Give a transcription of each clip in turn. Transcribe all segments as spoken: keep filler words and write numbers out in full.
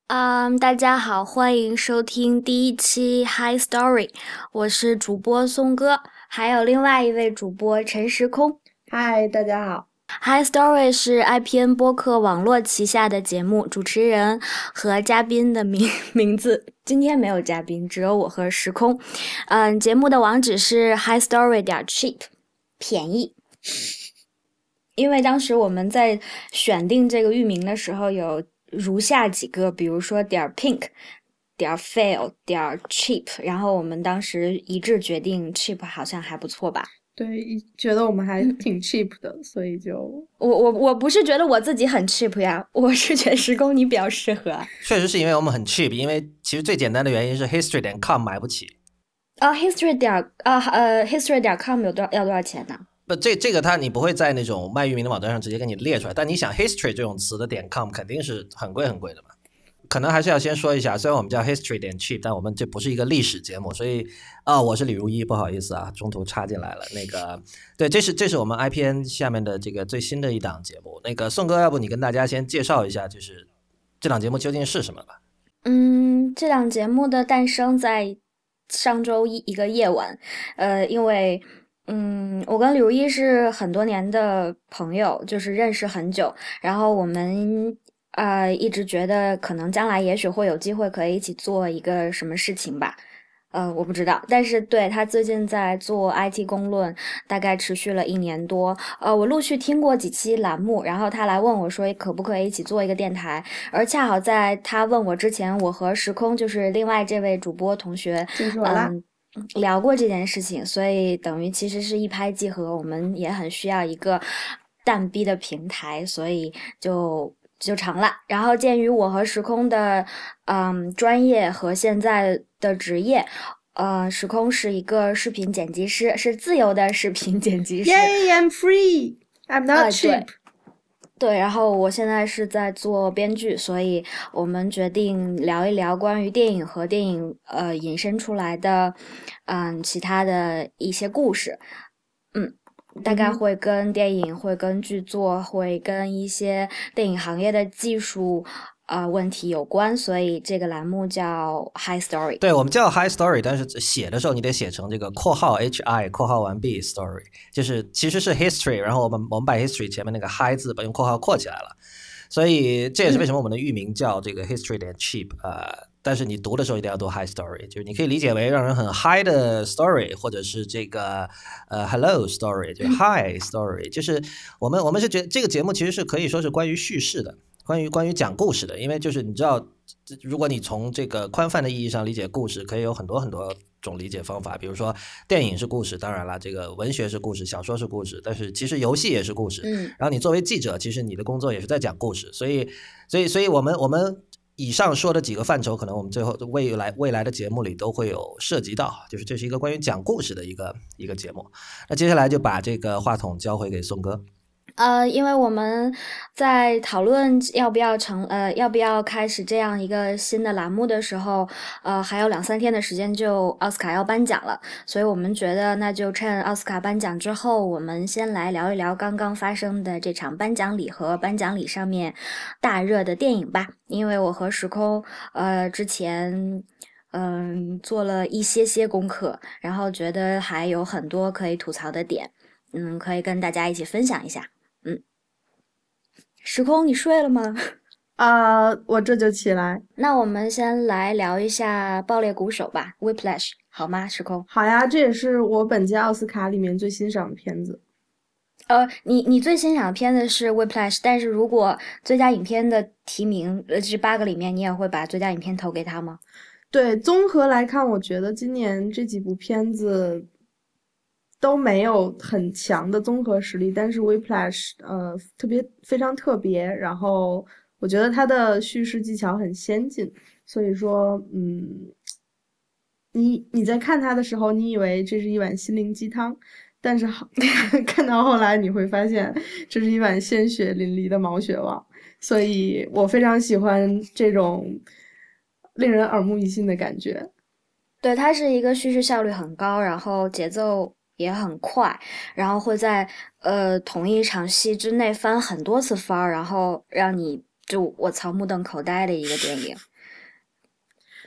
嗯，大家好，欢迎收听第一期 Hi Story，我是主播松哥，还有另外一位主播陈时空。 嗨，大家好。 Hi Story 是 I P N 播客网络旗下的节目，主持人和嘉宾的名名字今天没有嘉宾，只有我和时空。嗯，节目的网址是 Hi Story 点 cheap， 便宜。因为当时我们在选定这个域名的时候，有如下几个，比如说点 pink。点 fail 点 cheap， 然后我们当时一致决定 cheap 好像还不错吧。 对，觉得我们还挺 cheap 的，所以就我我我不是觉得我自己很 cheap 呀，我是觉得时工你比较适合。 确实是因为我们很 cheap，因为其实最简单的原因是 history 点 com 买不起。 啊、history 点啊呃 history 点 com 有多少要多少钱呢？ 不，这这个它你不会在那种卖域名的网站上直接给你列出来，但你想 history 这种词的点 com 肯定是很贵很贵的嘛。可能还是要先说一下，虽然我们叫 history 点 cheap， 但我们这不是一个历史节目，所以啊、哦，我是李如一，不好意思啊，中途插进来了。那个，对，这是这是我们 I P N 下面的这个最新的一档节目。那个宋哥，要不你跟大家先介绍一下，就是这档节目究竟是什么吧？ 嗯，这档节目的诞生在上周一一个夜晚，呃，因为嗯，我跟李如一是很多年的朋友，就是认识很久，然后我们呃一直觉得可能将来也许会有机会可以一起做一个什么事情吧。呃，我不知道，但是对他最近在做 I T 公论，大概持续了一年多。呃，我陆续听过几期栏目，然后他来问我说，可不可以一起做一个电台？而恰好在他问我之前，我和时空就是另外这位主播同学， 就是我啦。 嗯，聊过这件事情，所以等于其实是一拍即合。我们也很需要一个蛋逼的平台，所以就。就成了。然后鉴于我和时空的嗯专业和现在的职业，呃，时空是一个视频剪辑师，是自由的视频剪辑师。 Yay, I'm free. I'm not 呃、 cheap. 对对，然后我现在是在做编剧，所以我们决定聊一聊关于电影和电影呃引申出来的嗯其他的一些故事。嗯。大概会跟电影、会跟剧作、会跟一些电影行业的技术呃问题有关，所以这个栏目叫 High Story。 对，我们叫 High Story， 但是写的时候你得写成这个括号 H I 括号完毕 Story， 就是其实是 History， 然后我们我们把 History 前面那个 High 字把用括号括起来了，所以这也是为什么我们的域名叫这个 History 点 cheap， 呃，但是你读的时候一定要读 High Story， 就是你可以理解为让人很 high 的 story， 或者是这个呃 Hello Story， 就是 Hi Story， 就是我们我们是觉得这个节目其实是可以说是关于叙事的。关于关于讲故事的，因为就是你知道，如果你从这个宽泛的意义上理解故事，可以有很多很多种理解方法。比如说，电影是故事，当然了，这个文学是故事，小说是故事，但是其实游戏也是故事。 嗯， 然后你作为记者，其实你的工作也是在讲故事。所以，所以，所以我们我们以上说的几个范畴，可能我们最后未来未来的节目里都会有涉及到，就是这是一个关于讲故事的一个一个节目。那接下来就把这个话筒交回给宋哥。 呃，因为我们在讨论要不要成呃要不要开始这样一个新的栏目的时候，呃，还有两三天的时间就奥斯卡要颁奖了，所以我们觉得那就趁奥斯卡颁奖之后，我们先来聊一聊刚刚发生的这场颁奖礼和颁奖礼上面大热的电影吧。因为我和时空呃之前嗯做了一些些功课，然后觉得还有很多可以吐槽的点，嗯，可以跟大家一起分享一下。嗯，时空，你睡了吗？ 啊、uh, 我这就起来。 那我们先来聊一下《爆裂鼓手》吧 ，Whiplash， 好吗？时空。 好呀，这也是我本届奥斯卡里面最欣赏的片子。 呃，你你最欣赏的片子是 Whiplash， 但是如果最佳影片的提名呃这八个里面，你也会把最佳影片投给他吗？ 对，综合来看，我觉得今年这几部片子都没有很强的综合实力，但是 Whiplash 呃特别非常特别，然后我觉得它的叙事技巧很先进，所以说嗯，你你在看它的时候，你以为这是一碗心灵鸡汤，但是好看到后来你会发现这是一碗鲜血淋漓的毛血旺，所以我非常喜欢这种令人耳目一新的感觉。 对，它是一个叙事效率很高，然后节奏也很快，然后会在呃同一场戏之内翻很多次番儿，然后让你就我操目瞪口呆的一个电影。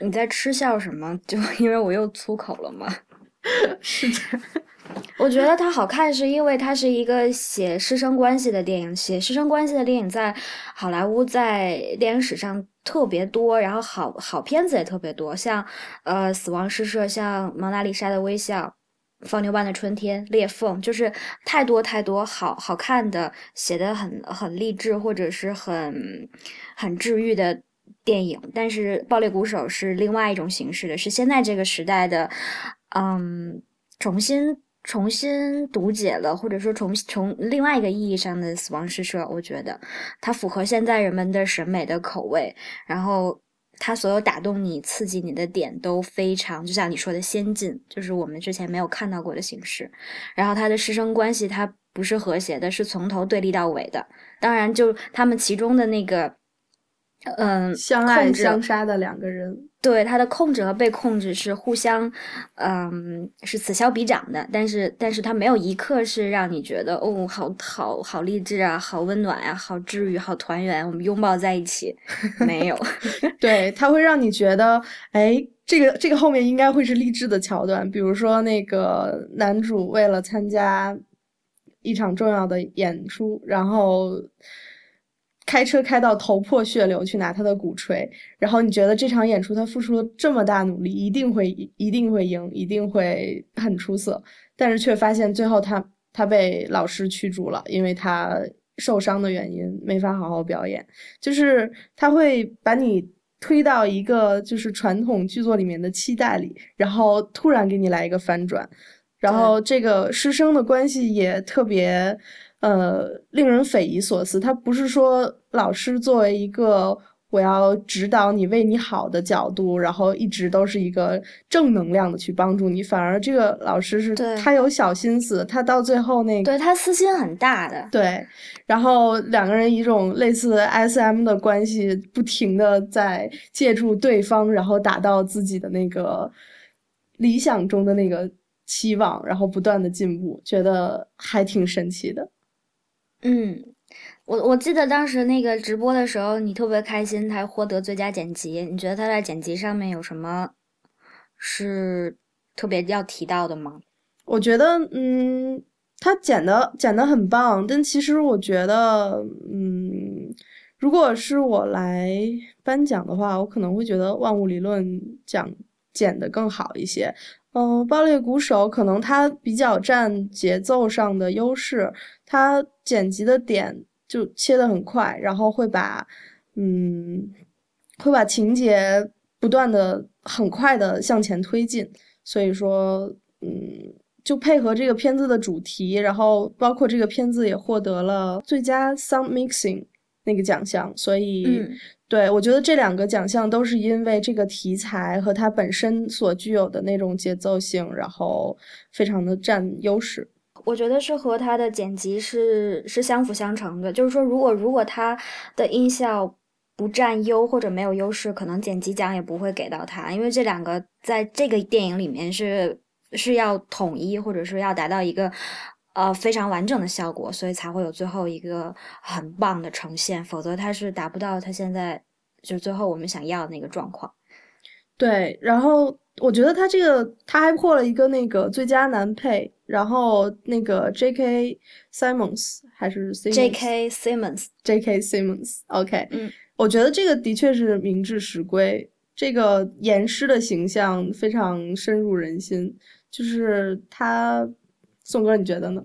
你在嗤笑什么？就因为我又粗口了吗？ 是这样。 我觉得它好看是因为它是一个写师生关系的电影，写师生关系的电影在好莱坞在电影史上特别多，然后好好片子也特别多，像呃死亡诗社，像蒙娜丽莎的微笑，放牛班的春天，裂缝，就是太多太多好好看的，写的很很励志或者是很很治愈的电影。但是《爆裂鼓手》是另外一种形式的，是现在这个时代的，嗯，重新重新读解了，或者说从从另外一个意义上的死亡诗社，我觉得它符合现在人们的审美的口味，然后它所有打动你、刺激你的点都非常，就像你说的先进，就是我们之前没有看到过的形式。然后它的师生关系，它不是和谐的，是从头对立到尾的。当然，就他们其中的那个，嗯， 相爱控制相杀的两个人。 对，他的控制和被控制是互相，嗯，是此消彼长的。但是，但是他没有一刻是让你觉得哦，好好好励志啊，好温暖啊，好治愈，好团圆，我们拥抱在一起，没有。 对，它会让你觉得，哎，这个这个后面应该会是励志的桥段，比如说那个男主为了参加一场重要的演出，然后开车开到头破血流去拿他的鼓槌，然后你觉得这场演出他付出了这么大努力，一定会一定会赢，一定会很出色，但是却发现最后他他被老师驱逐了，因为他受伤的原因没法好好表演，就是他会把你推到一个就是传统剧作里面的期待里，然后突然给你来一个反转，然后这个师生的关系也特别呃令人匪夷所思。他不是说老师作为一个我要指导你为你好的角度，然后一直都是一个正能量的去帮助你，反而这个老师是他有小心思，他到最后那个对他私心很大的， 对，然后两个人一种类似 S M 的关系，不停的在借助对方，然后达到自己的那个理想中的那个期望，然后不断的进步，觉得还挺神奇的。 嗯。我我记得当时那个直播的时候，你特别开心，他获得最佳剪辑。你觉得他在剪辑上面有什么是特别要提到的吗？ 我觉得，嗯，他剪的剪的很棒，但其实我觉得，嗯，如果是我来颁奖的话，我可能会觉得《万物理论》奖剪得更好一些。嗯、呃，爆裂鼓手可能他比较占节奏上的优势，他剪辑的点就切得很快，然后会把嗯会把情节不断的很快的向前推进，所以说嗯就配合这个片子的主题，然后包括这个片子也获得了最佳 sound mixing 那个奖项，所以、 嗯、 对，我觉得这两个奖项都是因为这个题材和它本身所具有的那种节奏性，然后非常的占优势。 我觉得是和它的剪辑是是相辅相成的，就是说，如果如果它的音效不占优或者没有优势，可能剪辑奖也不会给到它，因为这两个在这个电影里面是是要统一，或者是要达到一个呃非常完整的效果，所以才会有最后一个很棒的呈现，否则它是达不到它现在就最后我们想要的那个状况。 对，然后我觉得他这个他还获了一个那个最佳男配，然后那个 J K Simmons 还是 J K Simmons J K Simmons，OK，、okay. 嗯， 我觉得这个的确是名至实归，这个严师的形象非常深入人心，就是他，宋哥你觉得呢？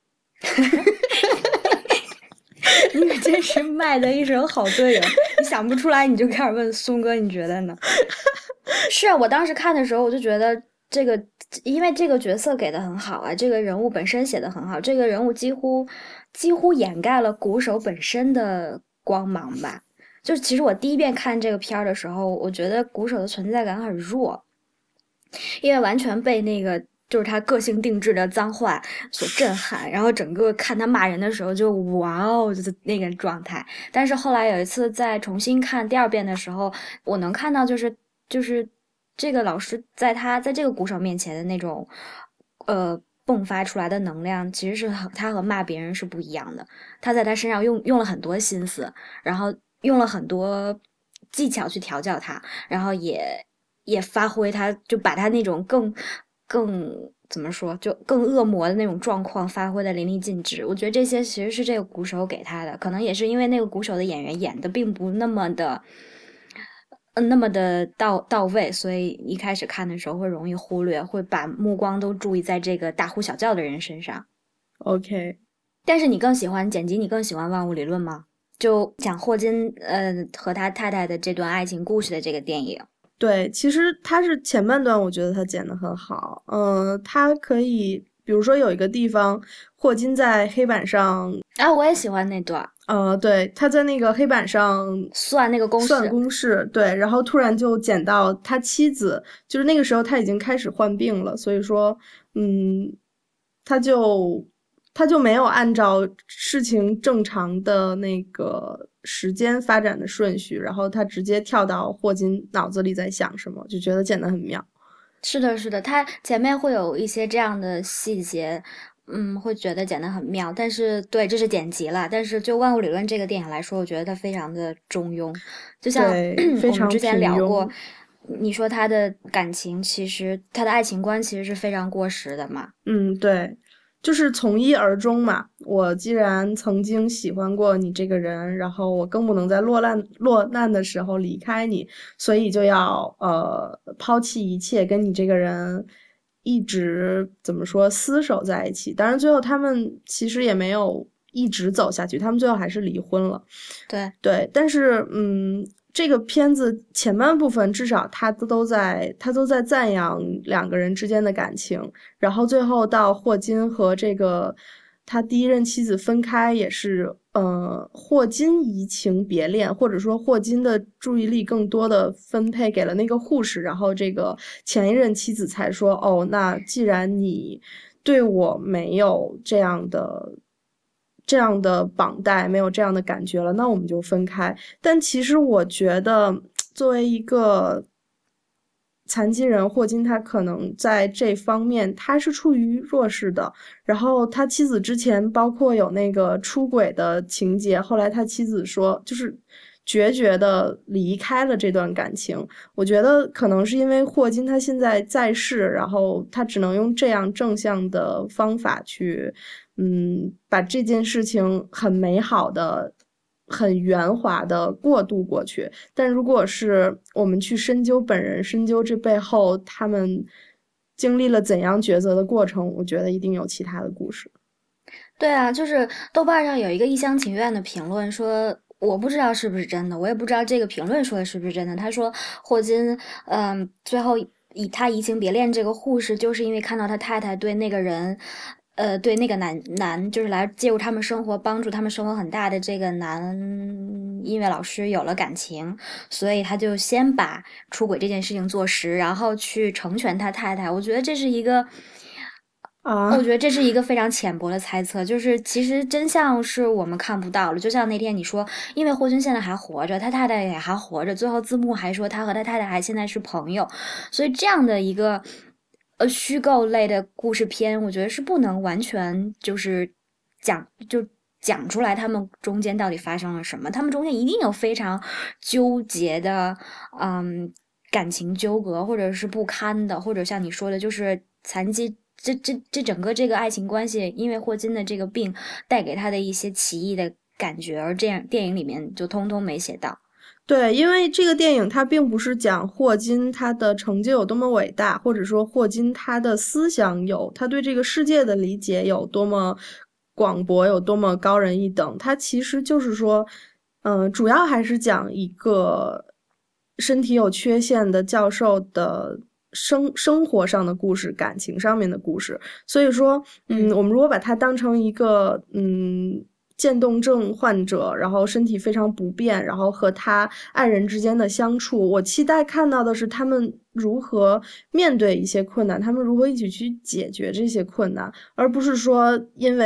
你真是卖的一手好队友，你想不出来你就开始问松哥你觉得呢？是啊，我当时看的时候我就觉得这个，因为这个角色给的很好啊，这个人物本身写的很好，这个人物几乎几乎掩盖了鼓手本身的光芒吧。就其实我第一遍看这个片儿的时候，我觉得鼓手的存在感很弱，因为完全被那个就是他个性定制的脏话所震撼，然后整个看他骂人的时候就哇哦，就是那个状态。但是后来有一次再重新看第二遍的时候，我能看到就是就是这个老师在他在这个鼓手面前的那种呃迸发出来的能量，其实是他和骂别人是不一样的。他在他身上用用了很多心思，然后用了很多技巧去调教他，然后也也发挥他，就把他那种更更怎么说，就更恶魔的那种状况发挥的淋漓尽致。我觉得这些其实是这个鼓手给他的，可能也是因为那个鼓手的演员演的并不那么的。嗯，那么的到到位，所以一开始看的时候会容易忽略，会把目光都注意在这个大呼小叫的人身上。 OK， 但是你更喜欢剪辑，你更喜欢万物理论吗？就讲霍金呃和他太太的这段爱情故事的这个电影。 对，其实他是前半段，我觉得他剪得很好。嗯、呃，他可以，比如说有一个地方，霍金在黑板上啊，我也喜欢那段。 呃，对，他在那个黑板上算那个公式， 算公式，对，然后突然就剪到他妻子，就是那个时候他已经开始患病了，所以说，嗯，他就他就没有按照事情正常的那个时间发展的顺序，然后他直接跳到霍金脑子里在想什么，就觉得剪得很妙。 是的，是的，他前面会有一些这样的细节。嗯，会觉得剪得很妙，但是对，这是剪辑了。但是就万物理论这个电影来说，我觉得它非常的中庸，就像我们之前聊过，你说他的感情其实他的爱情观其实是非常过时的嘛。 嗯，对，就是从一而终嘛。我既然曾经喜欢过你这个人，然后我更不能在落难落难的时候离开你，所以就要呃抛弃一切，跟你这个人一直怎么说厮守在一起。当然，最后他们其实也没有一直走下去，他们最后还是离婚了。 对对，但是嗯。这个片子前半部分至少他都在他都在赞扬两个人之间的感情，然后最后到霍金和这个他第一任妻子分开，也是呃霍金移情别恋，或者说霍金的注意力更多的分配给了那个护士，然后这个前一任妻子才说哦，那既然你对我没有这样的。这样的绑带没有这样的感觉了，那我们就分开。但其实我觉得，作为一个残疾人，霍金他可能在这方面他是处于弱势的。然后他妻子之前包括有那个出轨的情节，后来他妻子说就是决绝的离开了这段感情。我觉得可能是因为霍金他现在在世，然后他只能用这样正向的方法去。嗯，把这件事情很美好的、很圆滑的过渡过去。但如果是我们去深究本人，深究这背后他们经历了怎样抉择的过程，我觉得一定有其他的故事。 对啊，就是豆瓣上有一个一厢情愿的评论说，我不知道是不是真的，我也不知道这个评论说的是不是真的。他说霍金，嗯，最后以他移情别恋这个护士，就是因为看到他太太对那个人。呃，对那个男男就是来介入他们生活、帮助他们生活很大的这个男音乐老师有了感情，所以他就先把出轨这件事情做实，然后去成全他太太。我觉得这是一个。 啊， 我觉得这是一个非常浅薄的猜测，就是其实真相是我们看不到了。就像那天你说，因为霍金现在还活着，他太太也还活着，最后字幕还说他和他太太还现在是朋友，所以这样的一个呃虚构类的故事片，我觉得是不能完全就是讲就讲出来他们中间到底发生了什么，他们中间一定有非常纠结的嗯感情纠葛，或者是不堪的，或者像你说的，就是残疾。这这这整个这个爱情关系，因为霍金的这个病带给他的一些奇异的感觉，而这样电影里面就通通没写到。 对，因为这个电影它并不是讲霍金他的成就有多么伟大，或者说霍金他的思想有他对这个世界的理解有多么广博，有多么高人一等。他其实就是说，嗯、呃，主要还是讲一个身体有缺陷的教授的。生生活上的故事，感情上面的故事，所以说，嗯，我们如果把它当成一个，嗯，渐冻症患者，然后身体非常不便，然后和他爱人之间的相处，我期待看到的是他们如何面对一些困难，他们如何一起去解决这些困难，而不是说因为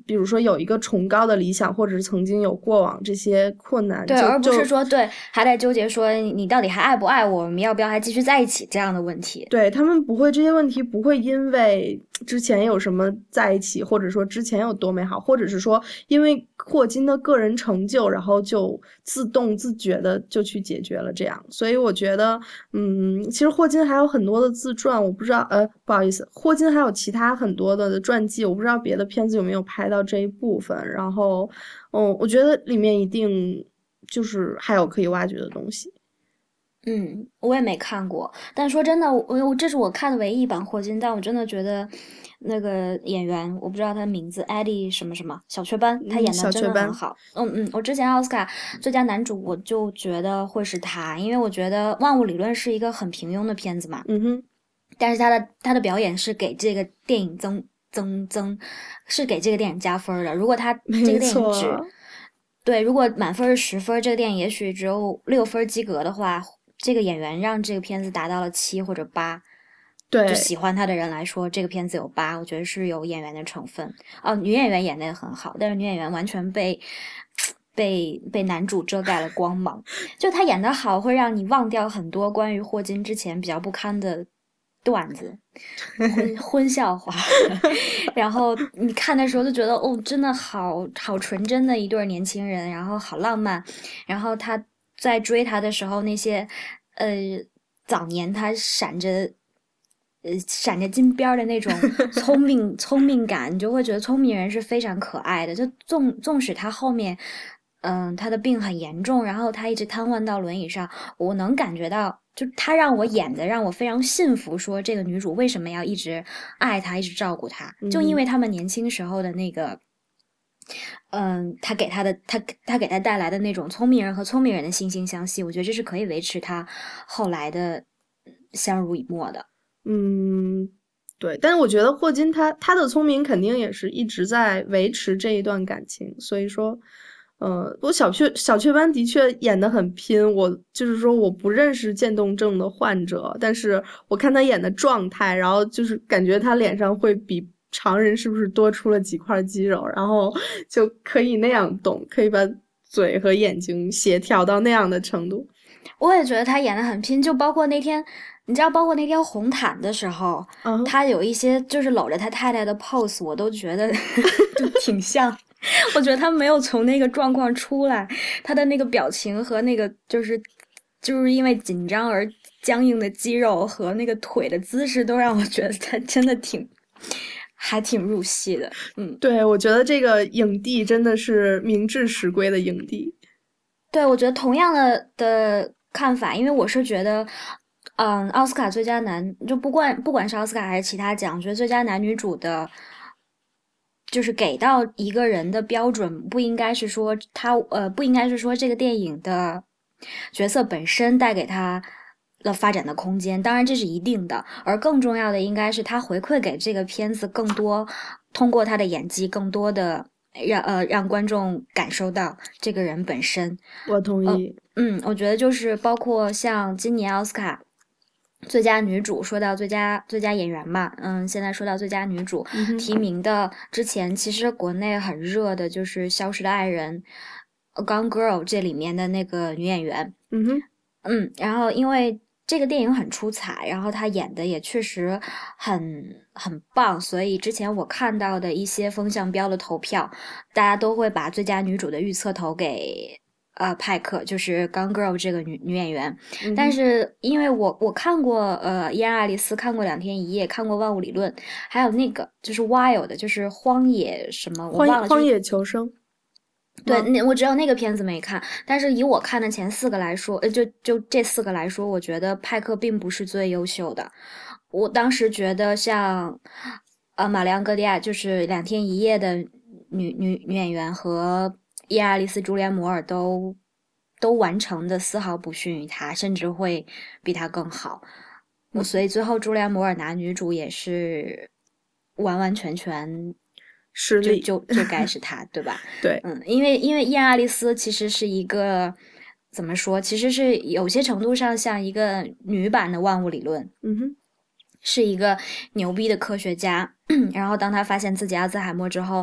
比如说有一个崇高的理想，或者是曾经有过往这些困难， 对， 就而不是就说对还在纠结说你到底还爱不爱我，我们要不要还继续在一起这样的问题。 对，他们不会，这些问题不会因为之前有什么在一起，或者说之前有多美好，或者是说因为霍金的个人成就，然后就自动自觉的就去解决了这样。所以我觉得，嗯，其实霍金还有很多的自传，我不知道，呃，不好意思，霍金还有其他很多的传记，我不知道别的片子有没有拍到这一部分。然后，嗯，我觉得里面一定就是还有可以挖掘的东西。 嗯，我也没看过，但说真的，我我这是我看的唯一一版霍金，但我真的觉得那个演员，我不知道他的名字，Eddie 什么什么小雀斑，他嗯演的真小雀斑的很好。嗯嗯，我之前奥斯卡最佳男主我就觉得会是他，因为我觉得《万物理论》是一个很平庸的片子嘛， 嗯哼， 但是他的他的表演是给这个电影增增增，是给这个电影加分的。如果他这没个电影只错， 对，如果满分是十分，这个电影也许只有六分及格的话，这个演员让这个片子达到了七或者八。 对， 就喜欢他的人来说，这个片子有八，我觉得是有演员的成分。哦，女演员演的也很好，但是女演员完全被被被男主遮盖了光芒。就他演的好，会让你忘掉很多关于霍金之前比较不堪的段子、荤荤笑话。然后你看的时候就觉得，哦，真的好好纯真的一对年轻人，然后好浪漫。然后他在追他的时候，那些呃早年他闪着。呃，闪着金边的那种聪明聪明感，你就会觉得聪明人是非常可爱的。就纵纵使他后面，嗯，他的病很严重，然后他一直瘫痪到轮椅上，我能感觉到，就他让我演的让我非常信服，说这个女主为什么要一直爱他，一直照顾他，就因为他们年轻时候的那个。嗯，他给他的他他给他带来的那种聪明人和聪明人的惺惺相惜，我觉得这是可以维持他后来的相濡以沫的。 嗯，对，但是我觉得霍金他他的聪明肯定也是一直在维持这一段感情，所以说，呃，我小雀小雀斑的确演得很拼，我就是说我不认识渐冻症的患者，但是我看他演的状态，然后就是感觉他脸上会比常人是不是多出了几块肌肉，然后就可以那样动，可以把嘴和眼睛协调到那样的程度。 我也觉得他演得很拼，就包括那天。你知道，包括那天红毯的时候， 嗯、 他有一些就是搂着他太太的 pose，我都觉得就挺像。我觉得他没有从那个状况出来，他的那个表情和那个就是就是因为紧张而僵硬的肌肉和那个腿的姿势，都让我觉得他真的挺还挺入戏的。嗯， 对，我觉得这个影帝真的是名至实归的影帝。 对，我觉得同样的的看法，因为我是觉得。嗯，奥斯卡最佳男就不管不管是奥斯卡还是其他奖，我觉得最佳男女主的，就是给到一个人的标准，不应该是说他呃，不应该是说这个电影的角色本身带给他了发展的空间，当然这是一定的，而更重要的应该是他回馈给这个片子更多，通过他的演技，更多的让呃让观众感受到这个人本身。 我同意。 呃、嗯，我觉得就是包括像今年奥斯卡。最佳女主说到最佳最佳演员嘛，嗯，现在说到最佳女主、 嗯、 提名的之前，其实国内很热的就是《消失的爱人》Gone Girl 这里面的那个女演员， 嗯哼， 嗯，然后因为这个电影很出彩，然后她演的也确实很很棒，所以之前我看到的一些风向标的投票，大家都会把最佳女主的预测投给。呃，派克就是《Gone Girl》这个女女演员， 嗯、 但是因为我我看过呃伊安·爱丽丝，看过两天一夜，看过《万物理论》，还有那个就是 Wild 的，就是荒野什么，我忘了， 荒野求生。 对，那我只有那个片子没看，但是以我看的前四个来说，呃，就就这四个来说，我觉得派克并不是最优秀的。我当时觉得像呃玛丽昂·戈迪亚，就是两天一夜的女女女演员和。伊安·爱丽丝、朱莲·摩尔都都完成的丝毫不逊于她，甚至会比她更好。嗯、所以最后朱莲·摩尔拿女主也是完完全全实力， 就就就该是她，对吧？ 对， 嗯，因为因为伊安·爱丽丝其实是一个怎么说？其实是有些程度上像一个女版的万物理论。 嗯哼。 是一个牛逼的科学家，然后当他发现自己阿兹海默之后，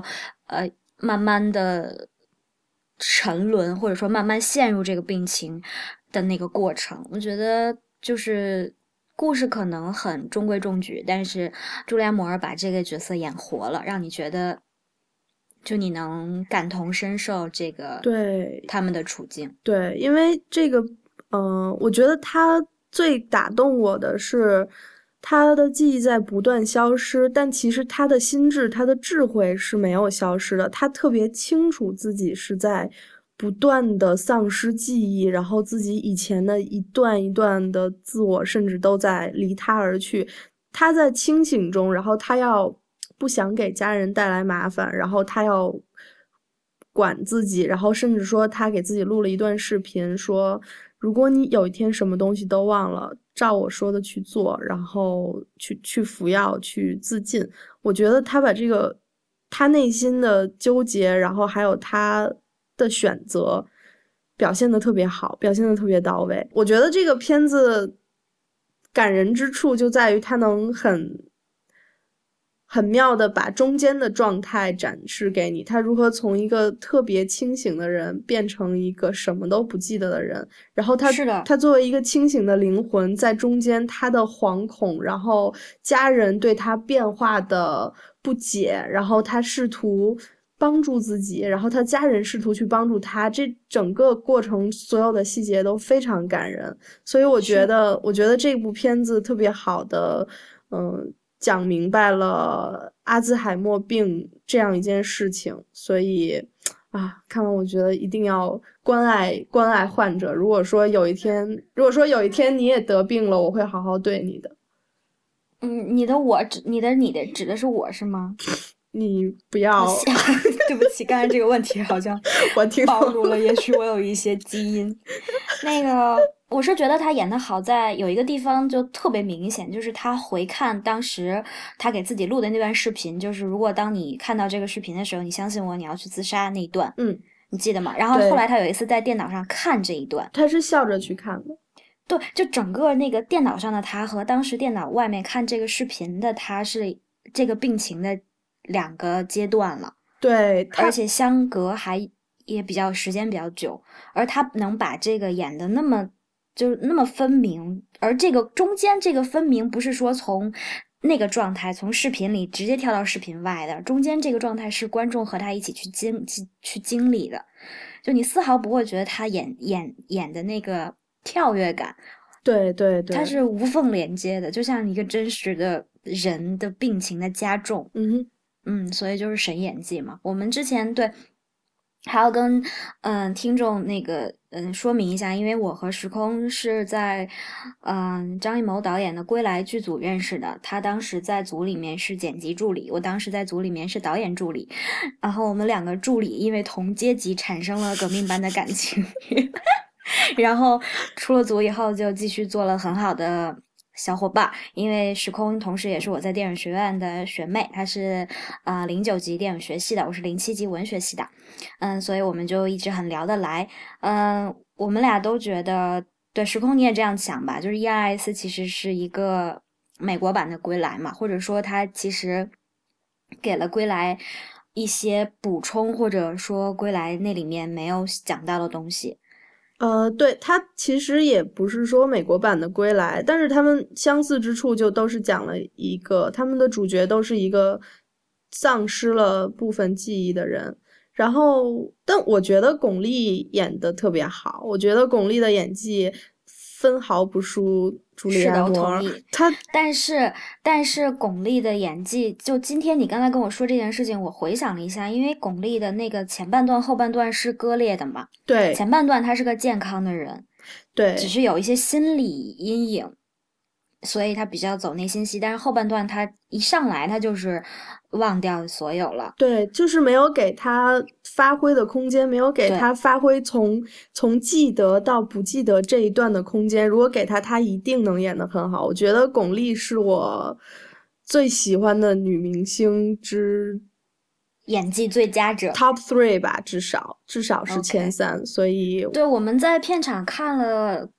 呃慢慢的沉沦，或者说慢慢陷入这个病情的那个过程。我觉得就是故事可能很中规中矩，但是朱莉安·摩尔把这个角色演活了，让你觉得就你能感同身受这个对他们的处境。 对，因为这个，嗯、呃，我觉得他最打动我的是他的记忆在不断消失，但其实他的心智、他的智慧是没有消失的。他特别清楚自己是在不断的丧失记忆，然后自己以前的一段一段的自我，甚至都在离他而去。他在清醒中，然后他要不想给家人带来麻烦，然后他要管自己，然后甚至说他给自己录了一段视频，说如果你有一天什么东西都忘了，照我说的去做，然后去去服药，去自尽。我觉得他把这个他内心的纠结，然后还有他的选择表现的特别好，表现的特别到位。我觉得这个片子感人之处就在于他能很很妙的把中间的状态展示给你，他如何从一个特别清醒的人变成一个什么都不记得的人，然后他是的， 他作为一个清醒的灵魂，在中间他的惶恐，然后家人对他变化的不解，然后他试图帮助自己，然后他家人试图去帮助他，这整个过程所有的细节都非常感人，所以我觉得我觉得这部片子特别好的嗯讲明白了阿兹海默病这样一件事情，所以啊，看完我觉得一定要关爱关爱患者。如果说有一天，如果说有一天你也得病了，我会好好对你的。 嗯，你的我指你的你的指的是我是吗？ 你不要， 对不起，刚才这个问题好像我听暴露了，也许我有一些基因。那个，我是觉得他演的好在有一个地方就特别明显，就是他回看当时他给自己录的那段视频，就是如果当你看到这个视频的时候，你相信我，你要去自杀那一段， 嗯， 你记得吗？然后后来他有一次在电脑上看这一段， 他是笑着去看的。 对，就整个那个电脑上的他和当时电脑外面看这个视频的他是这个病情的两个阶段了。 对， 而且相隔还也比较时间比较久，而他能把这个演的那么就那么分明，而这个中间这个分明不是说从那个状态从视频里直接跳到视频外的，中间这个状态是观众和他一起去经去经历的，就你丝毫不会觉得他演演演的那个跳跃感， 对对对， 它是无缝连接的，就像一个真实的人的病情的加重。 嗯哼。 嗯，所以就是神演技嘛。我们之前对还要跟嗯、呃、听众那个嗯、呃、说明一下，因为我和时空是在嗯、呃、张艺谋导演的《归来》剧组认识的，他当时在组里面是剪辑助理，我当时在组里面是导演助理，然后我们两个助理因为同阶级产生了革命般的感情，然后出了组以后就继续做了很好的小伙伴，因为时空同时也是我在电影学院的学妹，她是啊零九级电影学系的，我是零七级文学系的，嗯，所以我们就一直很聊得来，嗯，我们俩都觉得，对，时空你也这样想吧，就是伊安·艾斯其实是一个美国版的归来嘛，或者说他其实给了归来一些补充，或者说归来那里面没有讲到的东西。 呃，对，它其实也不是说美国版的《归来》，但是他们相似之处就都是讲了一个，他们的主角都是一个丧失了部分记忆的人。然后，但我觉得巩俐演的特别好，我觉得巩俐的演技分毫不输朱莉安·摩尔。她， 但是但是巩俐的演技，就今天你刚才跟我说这件事情，我回想了一下，因为巩俐的那个前半段、后半段是割裂的嘛。 对， 前半段她是个健康的人， 对， 只是有一些心理阴影，所以她比较走内心戏。但是后半段她一上来，她就是忘掉所有了。 对，就是没有给他发挥的空间，没有给他发挥从从记得到不记得这一段的空间。如果给他，他一定能演得很好。我觉得巩俐是我最喜欢的女明星之演技最佳者 top three 吧，至少至少是前三。Okay. 所以对，我们在片场看了。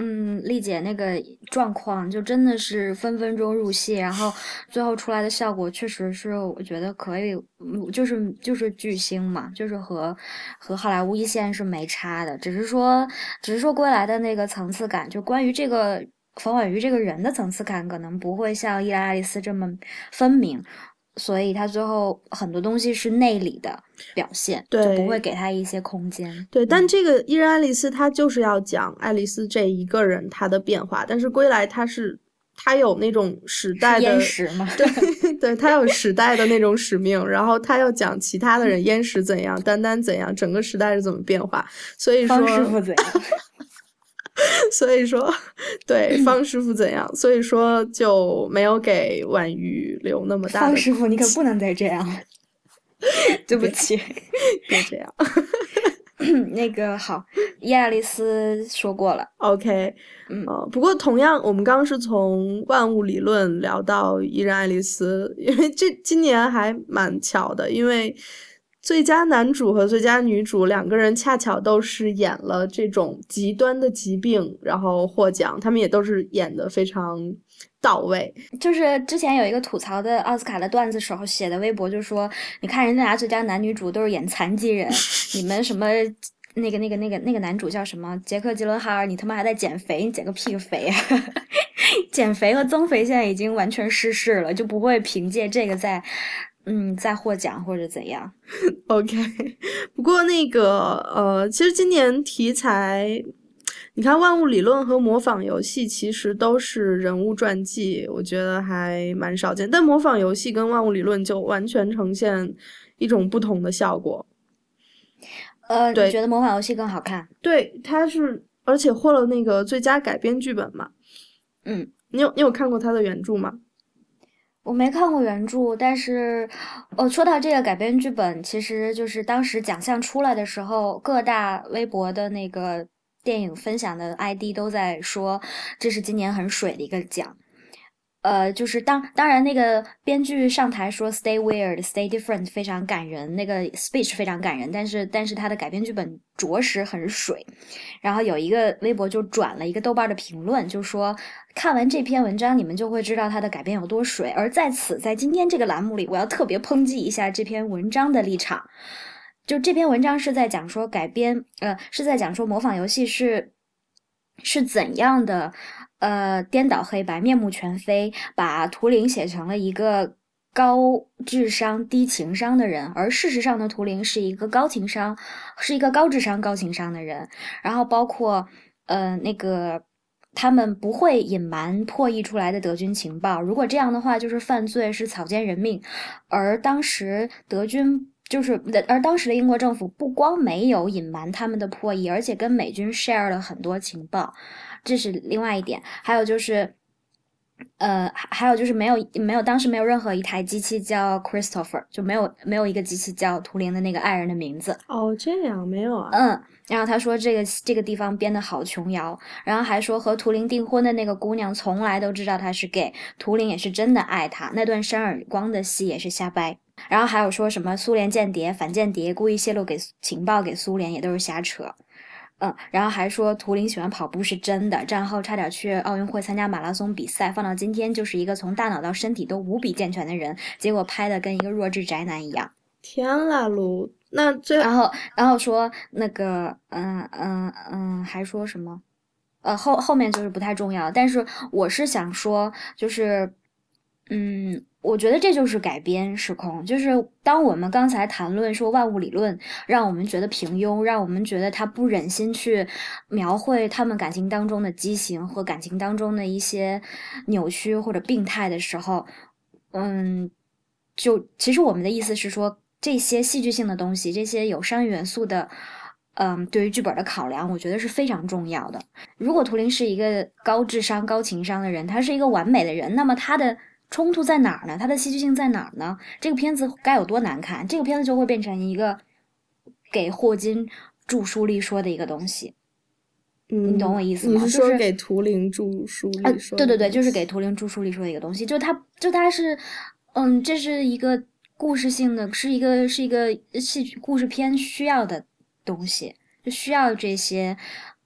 嗯，丽姐那个状况就真的是分分钟入戏，然后最后出来的效果确实是我觉得可以，嗯就是就是巨星嘛，就是和和好莱坞一线是没差的，只是说只是说归来的那个层次感，就关于这个冯婉瑜这个人的层次感，可能不会像伊兰爱丽丝这么分明。所以他最后很多东西是内里的表现，就不会给他一些空间。 对，但嗯、 这个伊人爱丽丝她就是要讲爱丽丝这一个人她的变化，但是归来她是她有那种时代的是焉识吗？ 对对，她有时代的那种使命，然后她要讲其他的人焉识怎样，丹丹怎样，整个时代是怎么变化，所以说方师傅怎样？ 所以说，对方师傅怎样？所以说就没有给婉瑜留那么大的。 方师傅，你可不能再这样了。对不起， 别这样。 那个好，伊爱丽丝说过了。 OK， 嗯、 呃，不过同样，我们刚刚是从万物理论聊到伊人爱丽丝，因为这今年还蛮巧的，因为最佳男主和最佳女主两个人恰巧都是演了这种极端的疾病，然后获奖，他们也都是演得非常到位。 就是之前有一个吐槽的奥斯卡的段子时候写的微博，就说你看人家拿最佳男女主都是演残疾人，你们什么那个那个那个那个男主叫什么杰克吉伦哈尔，你他妈还在减肥，你减个屁个肥啊！减肥和增肥现在已经完全失势了，就不会凭借这个在嗯再获奖或者怎样。 OK， 不过那个呃，其实今年题材。你看，万物理论和模仿游戏其实都是人物传记，我觉得还蛮少见。但模仿游戏跟万物理论就完全呈现一种不同的效果。 呃，你觉得模仿游戏更好看？ 对，它是，而且获了那个最佳改编剧本嘛。 嗯， 你有你有看过它的原著吗？ 我没看过原著，但是，哦，说到这个改编剧本，其实就是当时奖项出来的时候，各大微博的那个电影分享的 I D 都在说，这是今年很水的一个奖。呃，就是当当然，那个编剧上台说 “stay weird, stay different” 非常感人，那个 speech 非常感人，但是但是他的改编剧本着实很水。然后有一个微博就转了一个豆瓣的评论，就说看完这篇文章，你们就会知道他的改编有多水。而在此，在今天这个栏目里，我要特别抨击一下这篇文章的立场。就这篇文章是在讲说改编，呃，是在讲说模仿游戏是是怎样的。呃，颠倒黑白，面目全非，把图灵写成了一个高智商低情商的人，而事实上呢，图灵是一个高情商，是一个高智商高情商的人。然后包括呃那个他们不会隐瞒破译出来的德军情报，如果这样的话，就是犯罪，是草菅人命。而当时德军。就是，而当时的英国政府不光没有隐瞒他们的破译，而且跟美军 share 了很多情报，这是另外一点。还有就是，呃，还有就是没有没有当时没有任何一台机器叫 Christopher， 就没有没有一个机器叫图灵的那个爱人的名字。 哦，这样没有啊。 嗯，然后他说这个这个地方编的好琼瑶，然后还说和图灵订婚的那个姑娘从来都知道他是 gay， 图灵也是真的爱他，那段扇耳光的戏也是瞎掰。然后还有说什么苏联间谍、反间谍故意泄露给情报给苏联，也都是瞎扯。嗯，然后还说图灵喜欢跑步是真的，战后差点去奥运会参加马拉松比赛，放到今天就是一个从大脑到身体都无比健全的人，结果拍的跟一个弱智宅男一样。 天啦噜，那这然后然后说那个嗯嗯嗯，还说什么？呃，后后面就是不太重要，但是我是想说，就是嗯。我觉得这就是改编时空，就是当我们刚才谈论说万物理论让我们觉得平庸，让我们觉得他不忍心去描绘他们感情当中的畸形和感情当中的一些扭曲或者病态的时候，嗯，就其实我们的意思是说，这些戏剧性的东西，这些有商业元素的。嗯，对于剧本的考量，我觉得是非常重要的。如果图灵是一个高智商、高情商的人，他是一个完美的人，那么他的冲突在哪儿呢？它的戏剧性在哪儿呢？这个片子该有多难看？这个片子就会变成一个给霍金著书立说的一个东西。 嗯， 你懂我意思吗？ 你是说给图灵著书立说、 啊？对对对，就是给图灵著书立说的一个东西。就它，就它是，嗯，这是一个故事性的，是一个是一个戏剧故事片需要的东西，就需要这些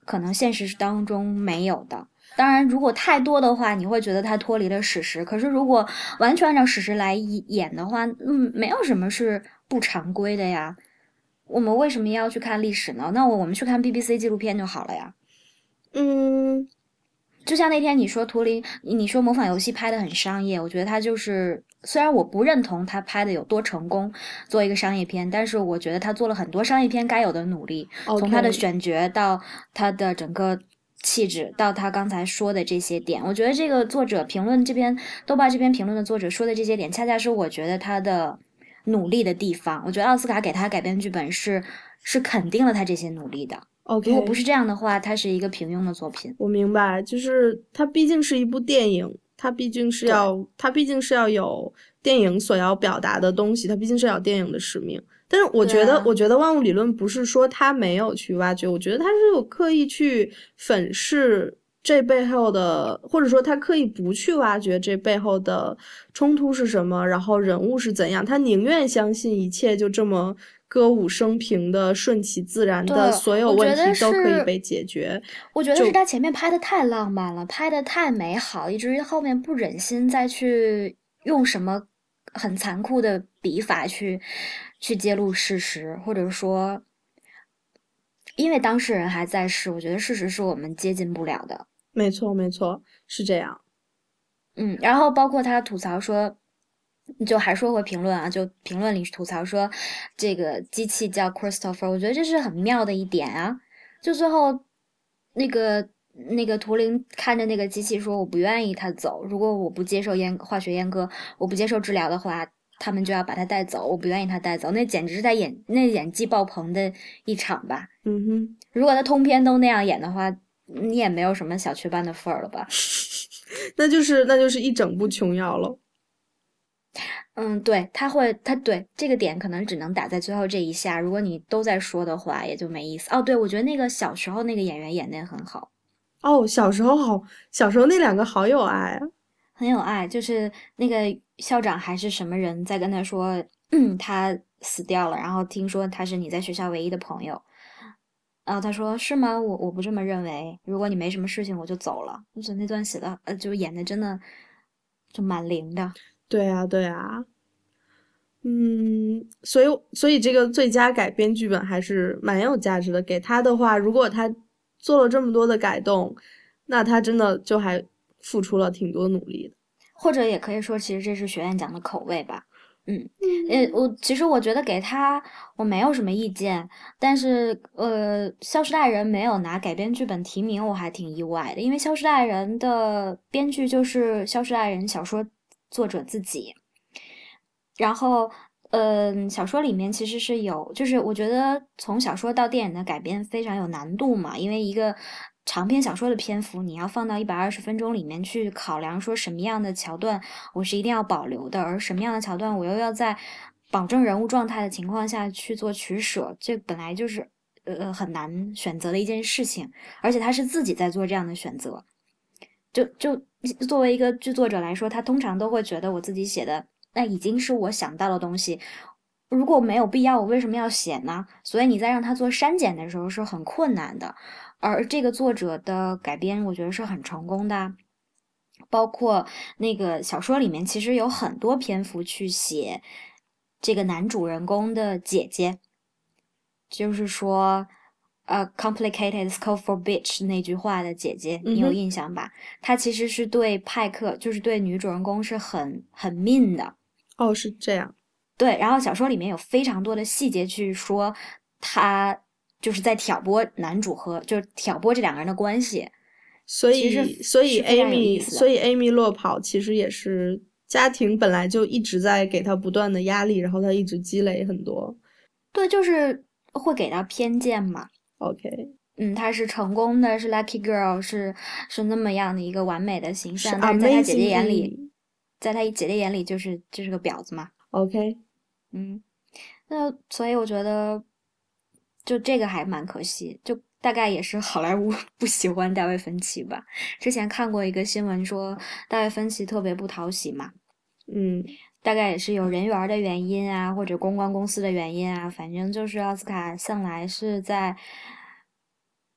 可能现实当中没有的。当然如果太多的话你会觉得它脱离了史实，可是如果完全按照史实来演的话，嗯，没有什么是不常规的呀。我们为什么要去看历史呢？那我们去看 B B C 纪录片就好了呀。 嗯， 就像那天你说图灵，你说模仿游戏拍的很商业，我觉得他就是虽然我不认同他拍的有多成功做一个商业片，但是我觉得他做了很多商业片该有的努力， okay. 从他的选角到他的整个气质到他刚才说的这些点，我觉得这个作者评论这篇豆瓣这篇评论的作者说的这些点，恰恰是我觉得他的努力的地方。我觉得奥斯卡给他改编剧本是是肯定了他这些努力的。 Okay. 如果不是这样的话，它是一个平庸的作品。 我明白，就是它毕竟是一部电影，它毕竟是要它毕竟是要有电影所要表达的东西，它毕竟是要有电影的使命。但是我觉得、啊、我觉得万物理论不是说他没有去挖掘，我觉得他是有刻意去粉饰这背后的，或者说他刻意不去挖掘这背后的冲突是什么，然后人物是怎样，他宁愿相信一切就这么歌舞升平的顺其自然的所有问题都可以被解决。 我觉得是他前面拍的太浪漫了，拍的太美好，以至于后面不忍心再去用什么很残酷的笔法去去揭露事实，或者说因为当事人还在世，我觉得事实是我们接近不了的。 没错没错，是这样。 嗯，然后包括他吐槽说，就还说回评论啊，就评论里吐槽说这个机器叫 Christopher， 我觉得这是很妙的一点啊。就最后那个那个图灵看着那个机器说，我不愿意他走，如果我不接受阉化学阉割，我不接受治疗的话，他们就要把他带走，我不愿意他带走。那简直是他演那演技爆棚的一场吧。 嗯哼， 如果他通篇都那样演的话，你也没有什么小雀斑的份儿了吧。 那就是那就是一整部琼瑶了。 嗯，对，他会，他对这个点可能只能打在最后这一下。如果你都在说的话，也就没意思。哦，对，我觉得那个小时候那个演员演的很好。 哦，小时候好，小时候那两个好有爱啊， 很有爱。就是那个校长还是什么人在跟他说，嗯，他死掉了，然后听说他是你在学校唯一的朋友。然后他说是吗？我我不这么认为。如果你没什么事情，我就走了。就是那段写的，呃，就演的真的就蛮灵的。 对啊，对啊。嗯，所以所以这个最佳改编剧本还是蛮有价值的。给他的话，如果他做了这么多的改动，那他真的就还付出了挺多努力的。 或者也可以说，其实这是学院奖的口味吧。嗯，呃，我其实我觉得给他我没有什么意见，但是呃，《消失的爱人》没有拿改编剧本提名，我还挺意外的，因为《消失的爱人》的编剧就是《消失的爱人》小说作者自己。然后，嗯、呃，小说里面其实是有，就是我觉得从小说到电影的改编非常有难度嘛，因为一个长篇小说的篇幅，你要放到一百二十分钟里面去考量，说什么样的桥段我是一定要保留的，而什么样的桥段我又要在保证人物状态的情况下去做取舍，这本来就是呃很难选择的一件事情，而且他是自己在做这样的选择，就就作为一个剧作者来说，他通常都会觉得我自己写的。那已经是我想到的东西，如果没有必要，我为什么要写呢？所以你在让他做删减的时候是很困难的，而这个作者的改编，我觉得是很成功的。包括那个小说里面，其实有很多篇幅去写这个男主人公的姐姐，就是说。呃、uh, ，complicated is code for bitch 那句话的姐姐，你有印象吧？她其实是对派克，就是对女主人公是很很 mean 的。 哦，是这样。 对，然后小说里面有非常多的细节去说，他就是在挑拨男主和就是挑拨这两个人的关系。 所以，所以 Amy， 所以 Amy 落跑其实也是家庭本来就一直在给他不断的压力，然后他一直积累很多。 对，就是会给他偏见嘛。 OK， 嗯，她是成功的，是 lucky girl， 是是那么样的一个完美的形象，但是在她姐姐眼里，在她姐姐眼里就是就是个婊子嘛。 OK， 嗯，那所以我觉得就这个还蛮可惜，就大概也是好莱坞不喜欢大卫芬奇吧。之前看过一个新闻说大卫芬奇特别不讨喜嘛。 嗯。 大概也是有人缘的原因啊，或者公关公司的原因啊，反正就是奥斯卡向来是在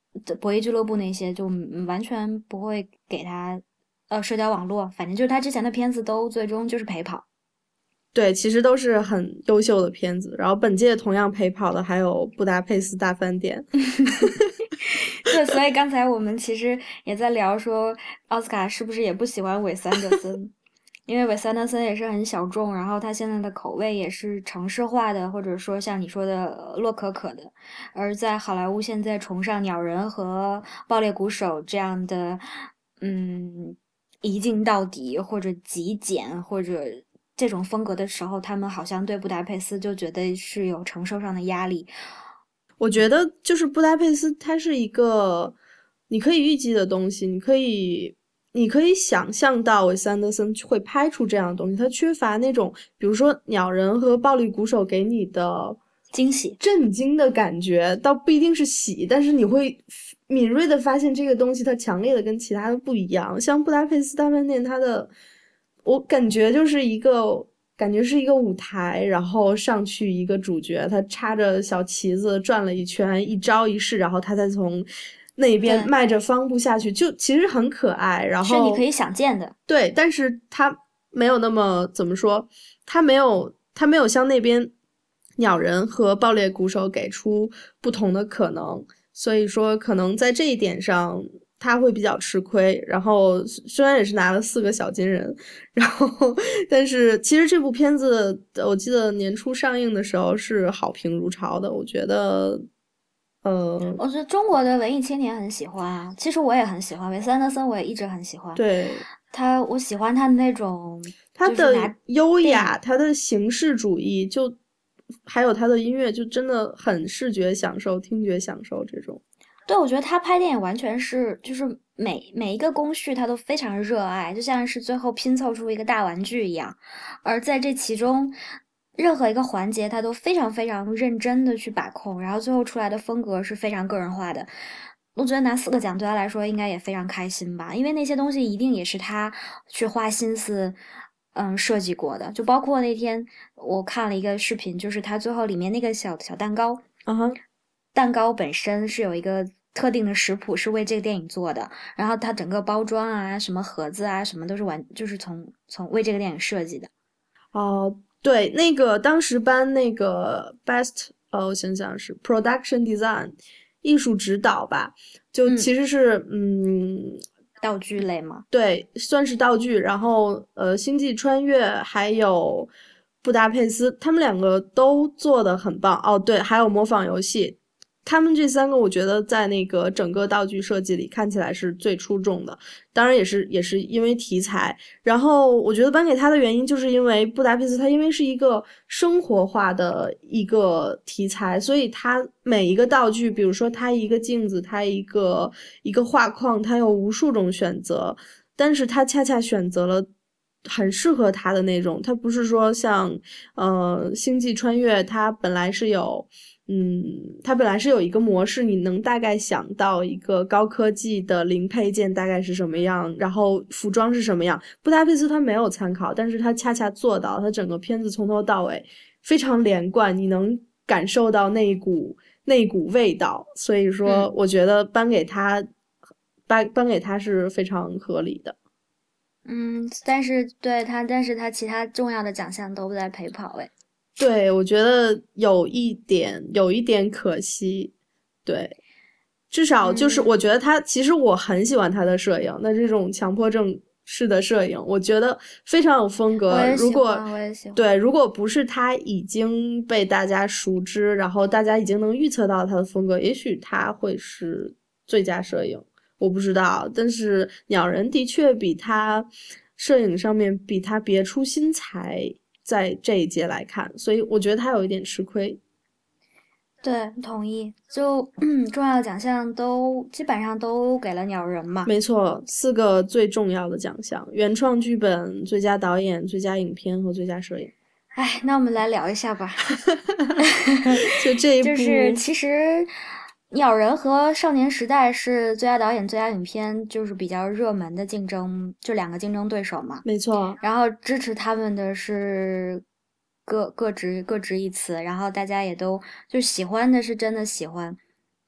博弈俱乐部那些，就完全不会给他呃社交网络，反正就是他之前的片子都最终就是陪跑。 对，其实都是很优秀的片子。然后本届同样陪跑的还有《布达佩斯大饭店》。 对，所以刚才我们其实也在聊说，奥斯卡是不是也不喜欢韦斯安德森，因为韦斯安德森也是很小众，然后他现在的口味也是城市化的，或者说像你说的洛可可的，而在好莱坞现在崇尚鸟人和爆裂鼓手这样的，嗯，一镜到底或者极简或者这种风格的时候，他们好像对布达佩斯就觉得是有承受上的压力。 我觉得就是布达佩斯，它是一个你可以预计的东西，你可以你可以想象到韦斯安德森会拍出这样的东西，它缺乏那种比如说鸟人和暴力鼓手给你的惊喜震惊的感觉，倒不一定是喜，但是你会敏锐的发现这个东西它强烈的跟其他的不一样。像布达佩斯大饭店，它的我感觉就是一个感觉是一个舞台，然后上去一个主角，他插着小旗子转了一圈，一招一式，然后他再从那边迈着方步下去，就其实很可爱，然后是你可以想见的。 对，但是他没有那么怎么说，他没有他没有像那边鸟人和爆裂鼓手给出不同的可能，所以说可能在这一点上他会比较吃亏。然后虽然也是拿了四个小金人，然后但是其实这部片子我记得年初上映的时候是好评如潮的，我觉得呃， 我觉得中国的文艺青年很喜欢啊，其实我也很喜欢韦斯安德森，我也一直很喜欢。 对他，我喜欢他的那种他的优雅，他的形式主义，就还有他的音乐，就真的很视觉享受、听觉享受这种。 对，我觉得他拍电影完全是就是每每一个工序他都非常热爱，就像是最后拼凑出一个大玩具一样，而在这其中。任何一个环节，他都非常非常认真的去把控，然后最后出来的风格是非常个人化的。我觉得拿四个奖对他来说应该也非常开心吧，因为那些东西一定也是他去花心思，嗯，设计过的。就包括那天我看了一个视频，就是他最后里面那个小小蛋糕， 嗯哼， 蛋糕本身是有一个特定的食谱是为这个电影做的，然后它整个包装啊、什么盒子啊、什么都是完就是从从为这个电影设计的。 哦。对，那个当时颁那个 best， 呃，我想想是 production design， 艺术指导吧，就其实是 嗯, 嗯道具类吗？ 对，算是道具。然后呃，星际穿越还有布达佩斯，他们两个都做得很棒。哦，对，还有模仿游戏。他们这三个我觉得在那个整个道具设计里看起来是最出众的，当然也是也是因为题材。然后我觉得颁给他的原因就是因为布达佩斯它因为是一个生活化的一个题材，所以它每一个道具，比如说它一个镜子，它一个一个画框，它有无数种选择，但是它恰恰选择了很适合它的那种。它不是说像呃星际穿越，它本来是有嗯，它本来是有一个模式，你能大概想到一个高科技的零配件大概是什么样，然后服装是什么样。布达佩斯它没有参考，但是它恰恰做到，它整个片子从头到尾非常连贯，你能感受到那一股那一股味道。所以说， 嗯、 我觉得颁给他颁颁给他是非常合理的。 嗯，但是对他，但是他其他重要的奖项都在陪跑诶。 对，我觉得有一点有一点可惜，对，至少就是我觉得他、嗯、其实我很喜欢他的摄影，那这种强迫症式的摄影，我觉得非常有风格。 我也喜欢， 如果我也喜欢。 对，如果不是他已经被大家熟知，然后大家已经能预测到他的风格，也许他会是最佳摄影，我不知道。但是鸟人的确比他摄影上面比他别出心裁。在这一届来看，所以我觉得他有一点吃亏。 对，同意。就嗯，重要的奖项都基本上都给了鸟人嘛。 没错，四个最重要的奖项：原创剧本、最佳导演、最佳影片和最佳摄影。 哎，那我们来聊一下吧。 就这一部， 就是其实。鸟人和少年时代是最佳导演、最佳影片，就是比较热门的竞争，就两个竞争对手嘛。 没错。 然后支持他们的是各各执各执一词，然后大家也都就喜欢的是真的喜欢，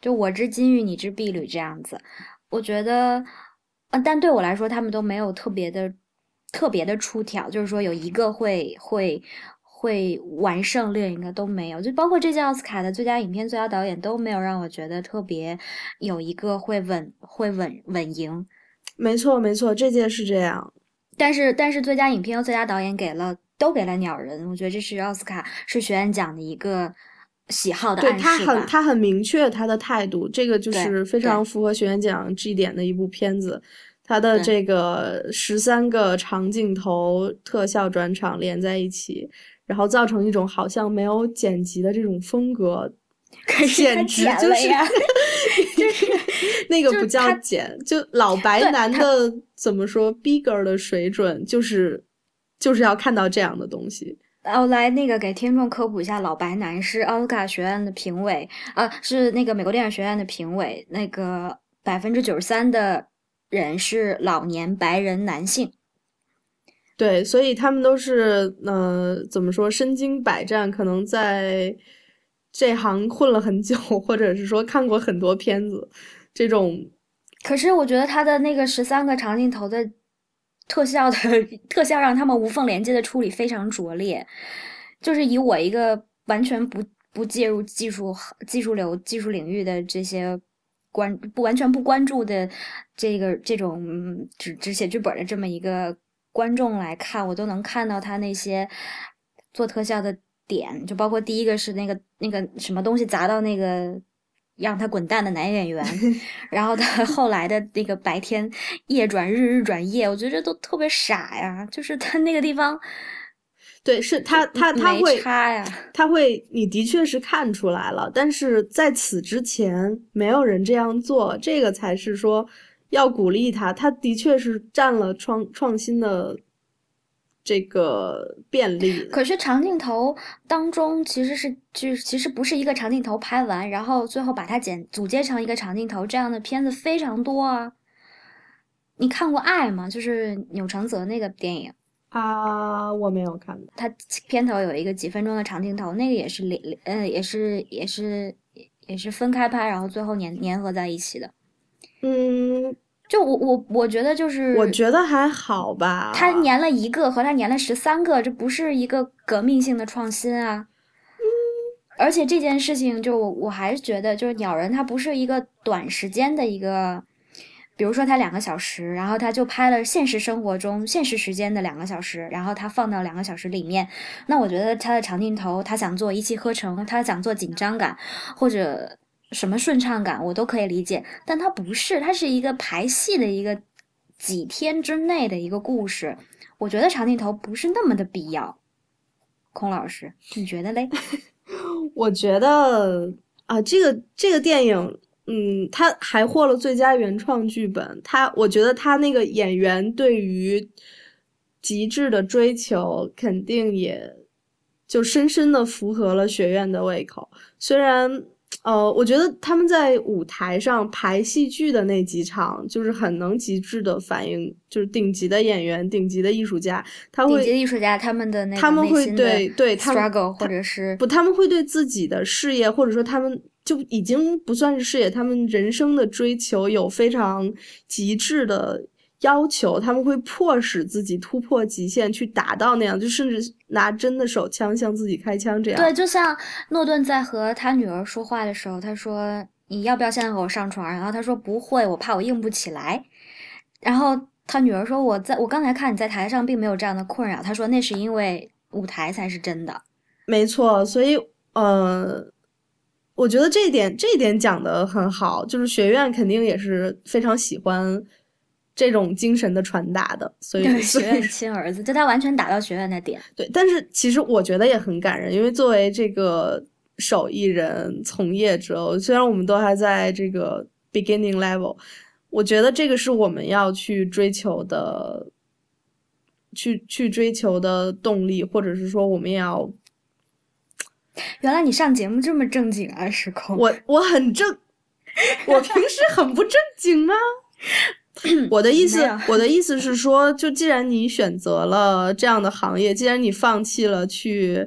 就我知金玉，你知碧缕这样子。我觉得，呃，但对我来说，他们都没有特别的、特别的出挑，就是说有一个会会会完胜另一个都没有，就包括这届奥斯卡的最佳影片、最佳导演都没有让我觉得特别有一个会稳会稳稳赢。 没错，没错，这届是这样。 但是，但是最佳影片和最佳导演给了都给了鸟人，我觉得这是奥斯卡是学院奖的一个喜好的对暗示吧。 他很他很明确他的态度，这个就是对非常对符合学院奖这一点的一部片子。它的对这个十三个长镜头特效转场连在一起，然后造成一种好像没有剪辑的这种风格， 可是他简直剪就是了呀，就是那个不叫就是他剪，就老白对男他的怎么说 bigger 的水准，就是就是要看到这样的东西。 我来那个给听众科普一下，老白男是奥斯卡学院的评委，呃，是那个美国电影学院的评委，那个百分之九十三的人是老年白人男性。 对，所以他们都是呃，怎么说，身经百战，可能在这行混了很久，或者是说看过很多片子，这种。 可是我觉得他的那个十三个长镜头的特效的特效让他们无缝连接的处理非常拙劣，就是以我一个完全不不介入技术技术流技术领域的这些关不完全不关注的这个这种嗯只只写剧本的这么一个观众来看，我都能看到他那些做特效的点，就包括第一个是那个那个什么东西砸到那个让他滚蛋的男演员，然后他后来的那个白天夜转日，日转夜，我觉得都特别傻呀，就是他那个地方。 对，是他他他会差呀， 他会，你的确是看出来了，但是在此之前没有人这样做，这个才是说要鼓励他，他的确是占了创创新的这个便利。 可是长镜头当中其实是就其实不是一个长镜头拍完，然后最后把它剪组接成一个长镜头，这样的片子非常多啊。你看过《爱》吗？就是钮承泽那个电影。 啊，我没有看过。 它片头有一个几分钟的长镜头，那个也是连呃也是也是也是分开拍，然后最后粘粘合在一起的。 嗯， 就我我我觉得就是我觉得还好吧。 他粘了一个和他粘了十三个，这不是一个革命性的创新啊。 嗯， 而且这件事情就我还是觉得，就是鸟人它不是一个短时间的一个。比如说他两个小时，然后他就拍了现实生活中现实时间的两个小时，然后他放到两个小时里面。那我觉得他的长镜头，他想做一气呵成，他想做紧张感或者什么顺畅感，我都可以理解。但他不是，他是一个排戏的一个几天之内的一个故事。我觉得长镜头不是那么的必要。孔老师，你觉得嘞？ 我觉得啊，这个这个电影。嗯，他还获了最佳原创剧本。他，我觉得他那个演员对于极致的追求，肯定也就深深的符合了学院的胃口。虽然，呃，我觉得他们在舞台上排戏剧的那几场，就是很能极致的反映，就是顶级的演员、顶级的艺术家，他会顶级的艺术家他们的那个他们会对对 struggle 或者是不，他们会对自己的事业，或者说他们。就已经不算是事业，他们人生的追求有非常极致的要求，他们会迫使自己突破极限去达到那样，就甚至拿真的手枪向自己开枪这样。 对，就像诺顿在和他女儿说话的时候，他说你要不要现在和我上床，然后他说不会，我怕我硬不起来。然后他女儿说我在我刚才看你在台上并没有这样的困扰，他说那是因为舞台才是真的。 没错，所以呃我觉得这一点这一点讲得很好，就是学院肯定也是非常喜欢这种精神的传达的，所以对学院亲儿子，就他完全打到学院的点。 对，但是其实我觉得也很感人，因为作为这个手艺人从业者，虽然我们都还在这个 beginning level， 我觉得这个是我们要去追求的，去去追求的动力，或者是说我们也要。 原来你上节目这么正经啊，时空。 我我很正，我平时很不正经吗？我的意思，我的意思是说，就既然你选择了这样的行业，既然你放弃了去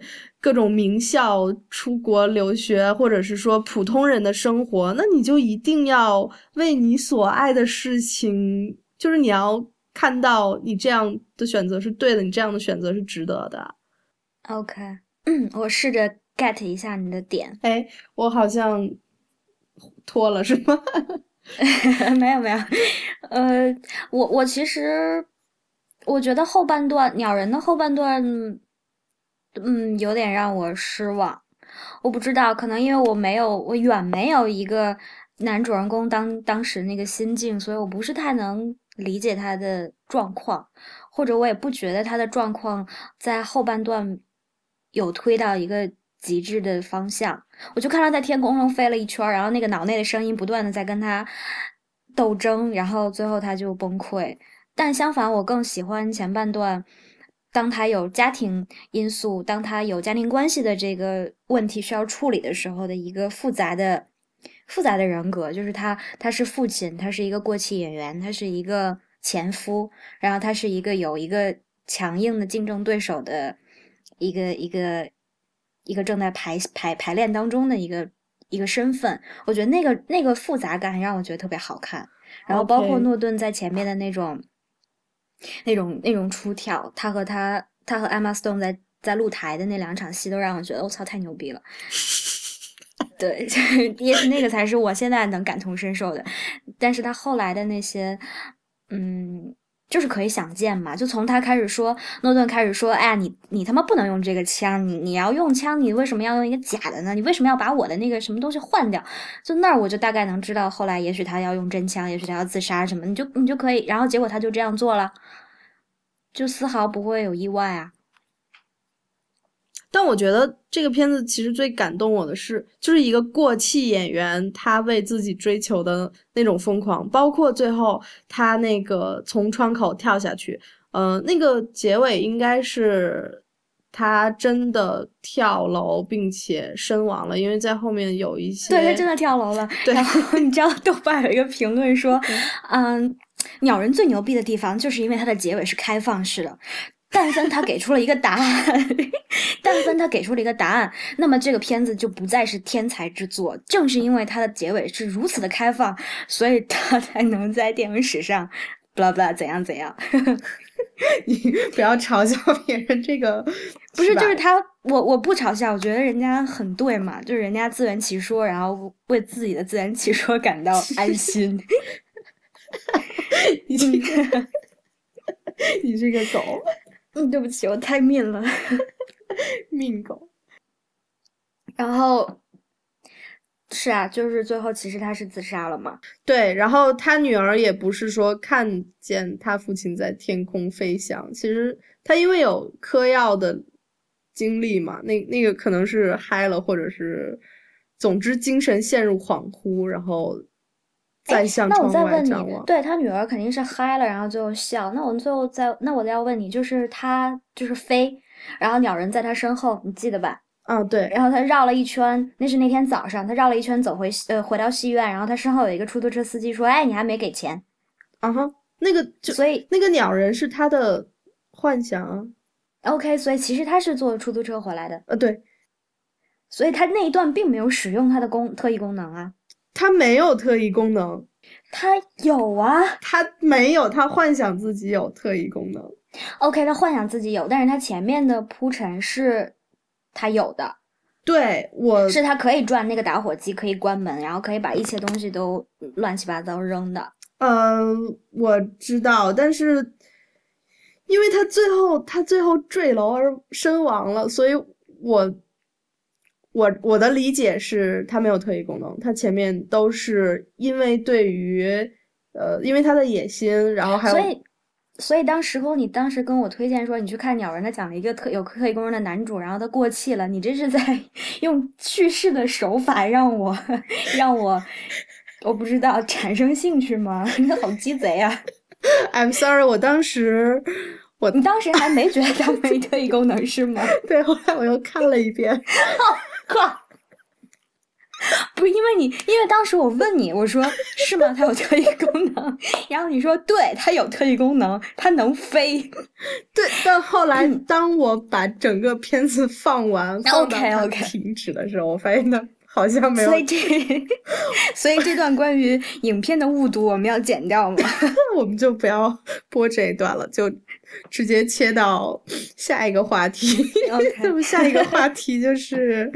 各种名校出国留学，或者是说普通人的生活，那你就一定要为你所爱的事情，就是你要看到你这样的选择是对的，你这样的选择是值得的。 OK， 嗯，我试着 get 一下你的点。 哎，我好像脱了是吗？ 没有没有，呃，我我其实我觉得后半段鸟人的后半段，嗯，有点让我失望。我不知道，可能因为我没有，我远没有一个男主人公当当时那个心境，所以我不是太能理解他的状况，或者我也不觉得他的状况在后半段有推到一个极致的方向。我就看他在天空中飞了一圈，然后那个脑内的声音不断的在跟他斗争，然后最后他就崩溃。但相反，我更喜欢前半段，当他有家庭因素，当他有家庭关系的这个问题需要处理的时候的一个复杂的复杂的人格，就是他他是父亲，他是一个过气演员，他是一个前夫，然后他是一个有一个强硬的竞争对手的一个一个一个正在排排排练当中的一个一个身份。我觉得那个那个复杂感让我觉得特别好看，然后包括 OK 诺顿在前面的那种那种那种出挑，他和他他和 Emma Stone 在在露台的那两场戏都让我觉得我操太牛逼了。对，也许那个才是我现在能感同身受的，但是他后来的那些，嗯，就是可以想见嘛。就从他开始说，诺顿开始说，哎呀，你你他妈不能用这个枪，你你要用枪，你为什么要用一个假的呢？你为什么要把我的那个什么东西换掉？就那儿我就大概能知道，后来也许他要用真枪，也许他要自杀什么，你就你就可以，然后结果他就这样做了，就丝毫不会有意外啊。 但我觉得这个片子其实最感动我的是，就是一个过气演员他为自己追求的那种疯狂，包括最后他那个从窗口跳下去，呃，那个结尾应该是他真的跳楼并且身亡了，因为在后面有一些， 对，他真的跳楼了。 对， 然后你知道豆瓣有一个评论说，嗯，鸟人最牛逼的地方就是因为它的结尾是开放式的。但凡他给出了一个答案，但凡他给出了一个答案，那么这个片子就不再是天才之作。正是因为它的结尾是如此的开放，所以他才能在电影史上，blah blah 怎样怎样。 你不要嘲笑别人，这个不是就是他，我我不嘲笑，我觉得人家很对嘛，就是人家自圆其说，然后为自己的自圆其说感到安心。 你这个，你这个狗。 嗯，对不起，我太命了， 命狗。 然后是啊，就是最后其实他是自杀了嘛。 对，然后他女儿也不是说看见他父亲在天空飞翔，其实他因为有嗑药的经历嘛，那那个可能是嗨了，或者是总之精神陷入恍惚，然后再向窗外张望。 对，他女儿肯定是嗨了，然后最后笑。那我们最后再，那我再要问你，就是他就是飞，然后鸟人在他身后，你记得吧？ 啊，对。 然后他绕了一圈，那是那天早上，他绕了一圈走回呃回到戏院，然后他身后有一个出租车司机说：“哎，你还没给钱。” 啊哈，那个就所以那个鸟人是他的幻想啊。 OK，所以其实他是坐出租车回来的。 呃，对。 所以他那一段并没有使用他的功特异功能啊。 他没有特异功能。 他有啊。 他没有，他幻想自己有特异功能。 OK， 他幻想自己有，但是他前面的铺陈是他有的。 对，我是他可以转那个打火机，可以关门，然后可以把一切东西都乱七八糟扔的。 嗯、呃，我知道，但是因为他最后他最后坠楼而身亡了，所以我我我的理解是他没有特异功能，他前面都是因为对于呃，因为他的野心，然后还有所以。所以当时候你当时跟我推荐说你去看鸟人，他讲了一个特有特异功能的男主，然后他过气了，你这是在用叙事的手法让我让我我不知道产生兴趣吗？你好鸡贼啊。 I'm sorry， 我当时我你当时还没觉得他没特异功能是吗？ 对，后来我又看了一遍。 呵不是因为你，因为当时我问你，我说是吗？它有特异功能，然后你说对，它有特异功能，它能飞。 对，但后来当我把整个片子放完，放到 OK 它 OK， 停止的时候，我发现它好像没有。 所以这，所以这段关于影片的误读我们要剪掉吗？ 我们就不要播这一段了，就直接切到下一个话题。 OK， 那么下一个话题就是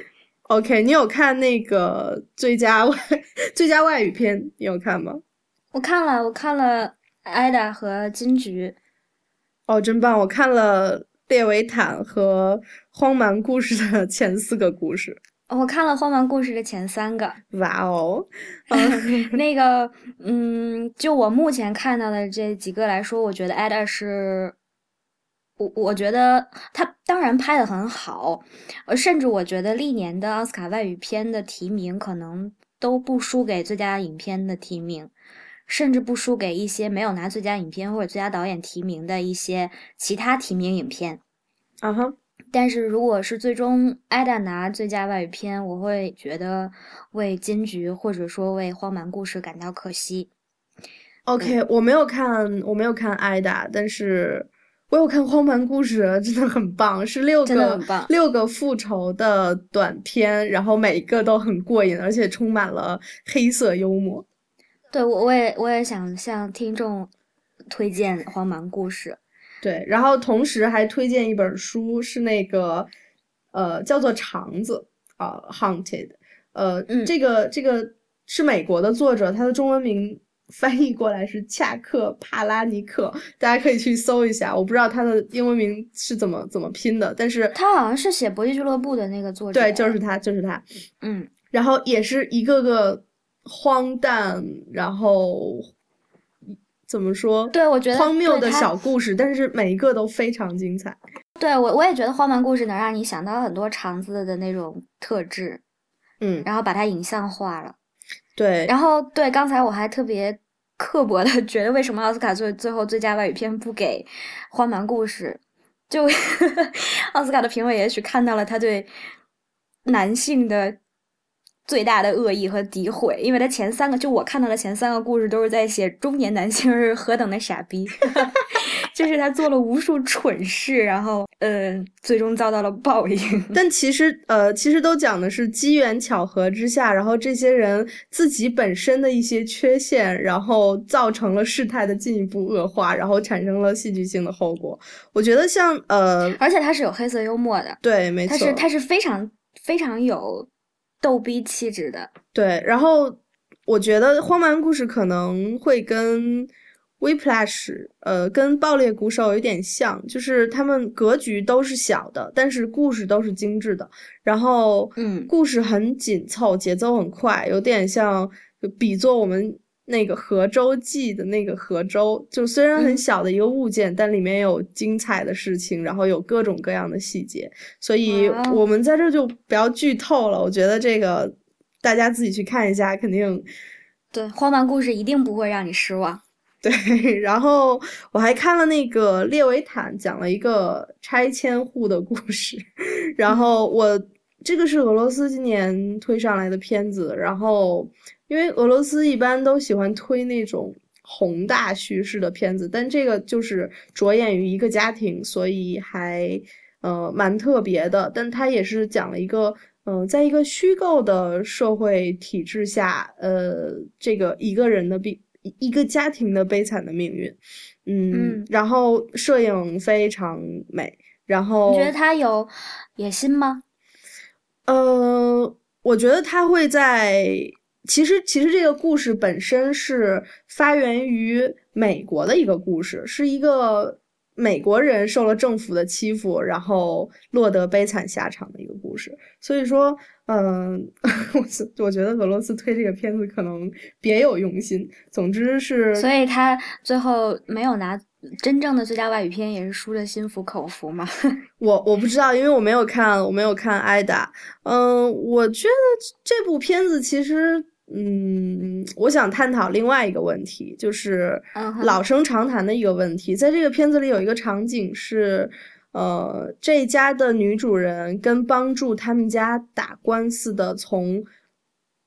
，OK， 你有看那个最佳外最佳外语片？你有看吗？ 我看了，我看了艾达和金菊。 哦，真棒！我看了《列维坦》和《荒蛮故事》的前四个故事。 我看了《荒蛮故事》的前三个。 哇哦！ 那个，嗯，就我目前看到的这几个来说，我觉得艾达是，我我觉得他当然拍的很好，呃，甚至我觉得历年的奥斯卡外语片的提名可能都不输给最佳影片的提名。甚至不输给一些没有拿最佳影片或者最佳导演提名的一些其他提名影片。 啊哈！ 但是如果是最终艾达拿最佳外语片，我会觉得为金菊或者说为荒蛮故事感到可惜。 OK，、嗯、我没有看，我没有看艾达，但是我有看荒蛮故事，真的很棒，是六个六个复仇的短片，然后每一个都很过瘾，而且充满了黑色幽默。 对，我我也我也想向听众推荐《荒蛮故事》。 对，然后同时还推荐一本书，是那个呃叫做《肠子》啊，呃《Haunted》。呃， 嗯、 这个这个是美国的作者，他的中文名翻译过来是恰克帕拉尼克，大家可以去搜一下。我不知道他的英文名是怎么怎么拼的，但是他好像是写《搏击俱乐部》的那个作者。 对，就是他，就是他。 嗯， 然后也是一个个荒诞，然后怎么说？ 对，我觉得荒谬的小故事，但是每一个都非常精彩。 对，我我也觉得荒蛮故事能让你想到很多肠子的那种特质， 嗯， 然后把它影像化了。 对， 然后对，刚才我还特别刻薄的觉得，为什么奥斯卡最最后最佳外语片不给荒蛮故事？就奥斯卡的评委也许看到了他对男性的最大的恶意和诋毁，因为他前三个，就我看到的前三个故事都是在写中年男性是何等的傻逼，就是他做了无数蠢事，然后呃，最终遭到了报应。 但其实呃，其实都讲的是机缘巧合之下，然后这些人自己本身的一些缺陷，然后造成了事态的进一步恶化，然后产生了戏剧性的后果。我觉得像呃， 而且他是有黑色幽默的， 对，没错， 他是他是非常非常有逗逼气质的。 对，然后我觉得荒蛮故事可能会跟Whiplash 呃跟爆裂鼓手有点像，就是他们格局都是小的，但是故事都是精致的，然后嗯， 故事很紧凑，节奏很快，有点像比作我们那个河州记的那个河州，就虽然很小的一个物件，嗯，但里面有精彩的事情，然后有各种各样的细节，所以我们在这就不要剧透了，我觉得这个大家自己去看一下，肯定对荒蛮故事一定不会让你失望。 对，然后我还看了那个列维坦，讲了一个拆迁户的故事，然后我这个是俄罗斯今年推上来的片子，然后因为俄罗斯一般都喜欢推那种宏大叙事的片子，但这个就是着眼于一个家庭，所以还呃蛮特别的，但它也是讲了一个嗯、呃，在一个虚构的社会体制下，呃，这个一个人的病。一个家庭的悲惨的命运，嗯， 嗯， 然后摄影非常美，然后你觉得他有野心吗？ 呃，我觉得他会在，其实其实这个故事本身是发源于美国的一个故事，是一个美国人受了政府的欺负，然后落得悲惨下场的一个故事，所以说。嗯，我我觉得俄罗斯推这个片子可能别有用心。总之是， 所以他最后没有拿真正的最佳外语片，也是输得心服口服嘛。 我我不知道，因为我没有看，我没有看艾达。嗯，我觉得这部片子其实，嗯，我想探讨另外一个问题，就是老生常谈的一个问题。在这个片子里有一个场景是。呃，这家的女主人跟帮助他们家打官司的从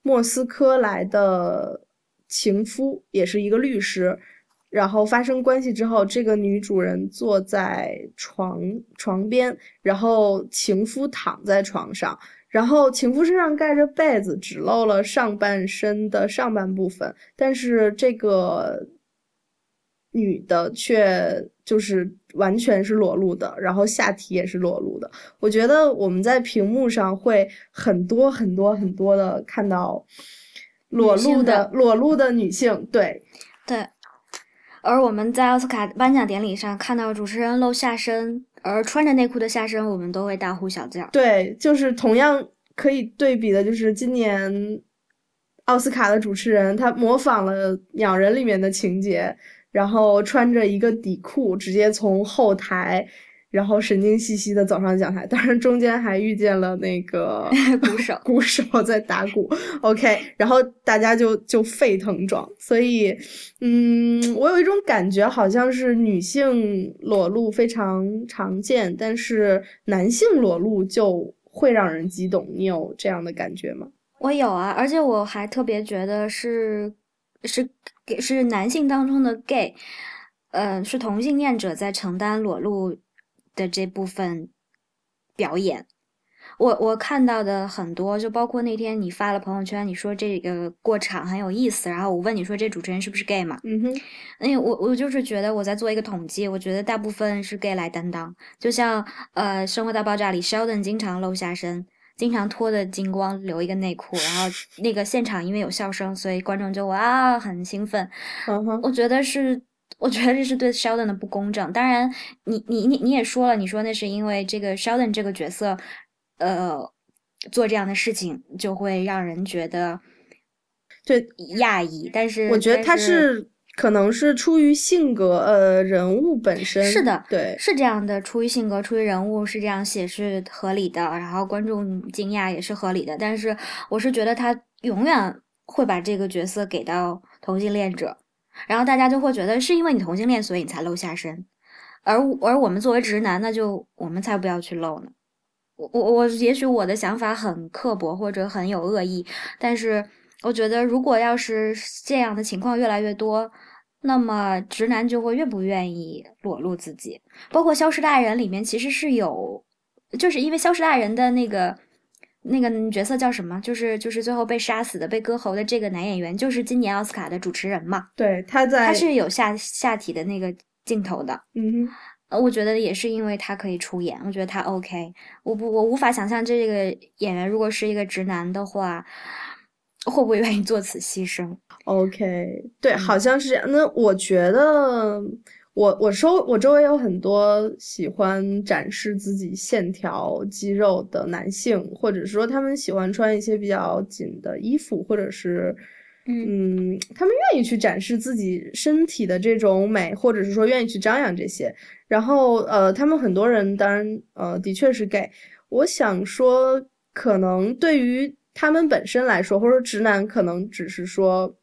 莫斯科来的情夫，也是一个律师，然后发生关系之后，这个女主人坐在床床边，然后情夫躺在床上，然后情夫身上盖着被子，只露了上半身的上半部分，但是这个女的却就是完全是裸露的，然后下体也是裸露的。我觉得我们在屏幕上会很多很多很多的看到裸露的裸露的女性，对对。而我们在奥斯卡颁奖典礼上看到主持人露下身，而穿着内裤的下身，我们都会大呼小叫。 对，就是同样可以对比的，就是今年奥斯卡的主持人，他模仿了《鸟人》里面的情节，然后穿着一个底裤，直接从后台，然后神经兮兮的走上讲台。当然中间还遇见了那个鼓手， 鼓手在打鼓。OK， 然后大家就就沸腾状。所以，嗯，我有一种感觉，好像是女性裸露非常常见，但是男性裸露就会让人激动。你有这样的感觉吗？ 我有啊，而且我还特别觉得是是是男性当中的 gay， 呃，是同性恋者在承担裸露的这部分表演。我我看到的很多，就包括那天你发了朋友圈，你说这个过场很有意思，然后我问你说这主持人是不是 gay 嘛？ 嗯哼， 哎，我我就是觉得我在做一个统计，我觉得大部分是 gay 来担当，就像呃《生活大爆炸》里 Sheldon 经常露下身。经常脱的精光留一个内裤，然后那个现场因为有笑声，所以观众就哇很兴奋。 uh-huh. 我觉得是，我觉得这是对 Sheldon 的不公正。当然你，你你你也说了，你说那是因为这个 Sheldon 这个角色，呃，做这样的事情就会让人觉得对讶异。但是我觉得他是。可能是出于性格，呃，人物本身是的， 对， 是这样的。出于性格，出于人物是这样写是合理的，然后观众惊讶也是合理的。但是我是觉得他永远会把这个角色给到同性恋者，然后大家就会觉得是因为你同性恋，所以你才露下身，而而我们作为直男，那就我们才不要去露呢。我我我，也许我的想法很刻薄或者很有恶意，但是我觉得如果要是这样的情况越来越多，那么直男就会越不愿意裸露自己。包括《消失的爱人》里面其实是有，就是因为《消失的爱人》的那个那个角色叫什么，就是就是最后被杀死的被割喉的这个男演员，就是今年奥斯卡的主持人嘛。 对，他在他是有下下体的那个镜头的。 嗯哼。 我觉得也是因为他可以出演，我觉得他 OK。我不，我无法想象这个演员如果是一个直男的话，会不会愿意做此牺牲 ？OK， 对，好像是这样。那我觉得，我我周我周围有很多喜欢展示自己线条肌肉的男性，或者说他们喜欢穿一些比较紧的衣服，或者是。嗯，他们愿意去展示自己身体的这种美，或者是说愿意去张扬这些。然后，呃，他们很多人当然，呃，的确是 gay。我想说，可能对于他们本身来说，或者直男，可能只是说，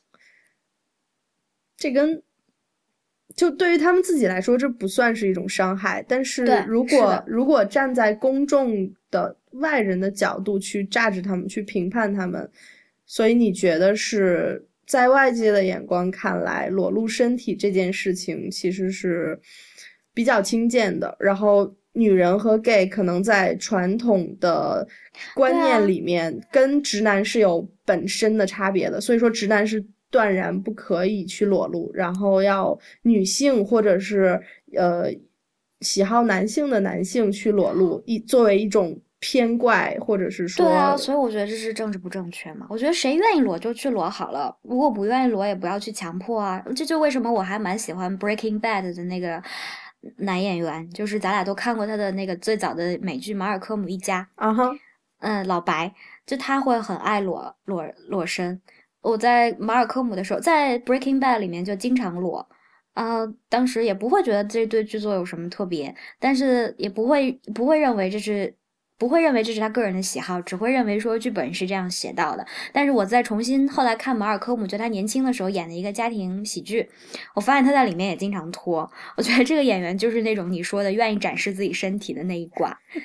这跟就对于他们自己来说，这不算是一种伤害。但是如果如果站在公众的外人的角度去榨制他们，去评判他们。所以你觉得是在外界的眼光看来，裸露身体这件事情其实是比较轻贱的，然后女人和 gay 可能在传统的观念里面跟直男是有本身的差别的，啊、所以说直男是断然不可以去裸露，然后要女性或者是呃喜好男性的男性去裸露，一作为一种。偏怪，或者是说， 对啊，所以我觉得这是政治不正确嘛。我觉得谁愿意裸就去裸好了，如果不愿意裸，也不要去强迫啊。这就为什么我还蛮喜欢 Breaking Bad 的那个男演员，就是咱俩都看过他的那个最早的美剧《马尔科姆一家》 啊哈， 嗯，老白，就他会很爱裸裸裸身。我在马尔科姆的时候，在 Breaking Bad 里面就经常裸。呃，当时也不会觉得这对剧作有什么特别，但是也不会不会认为这是。不会认为这是他个人的喜好，只会认为说剧本是这样写到的。但是我再重新后来看马尔科姆，就他年轻的时候演的一个家庭喜剧，我发现他在里面也经常脱。我觉得这个演员就是那种你说的愿意展示自己身体的那一挂。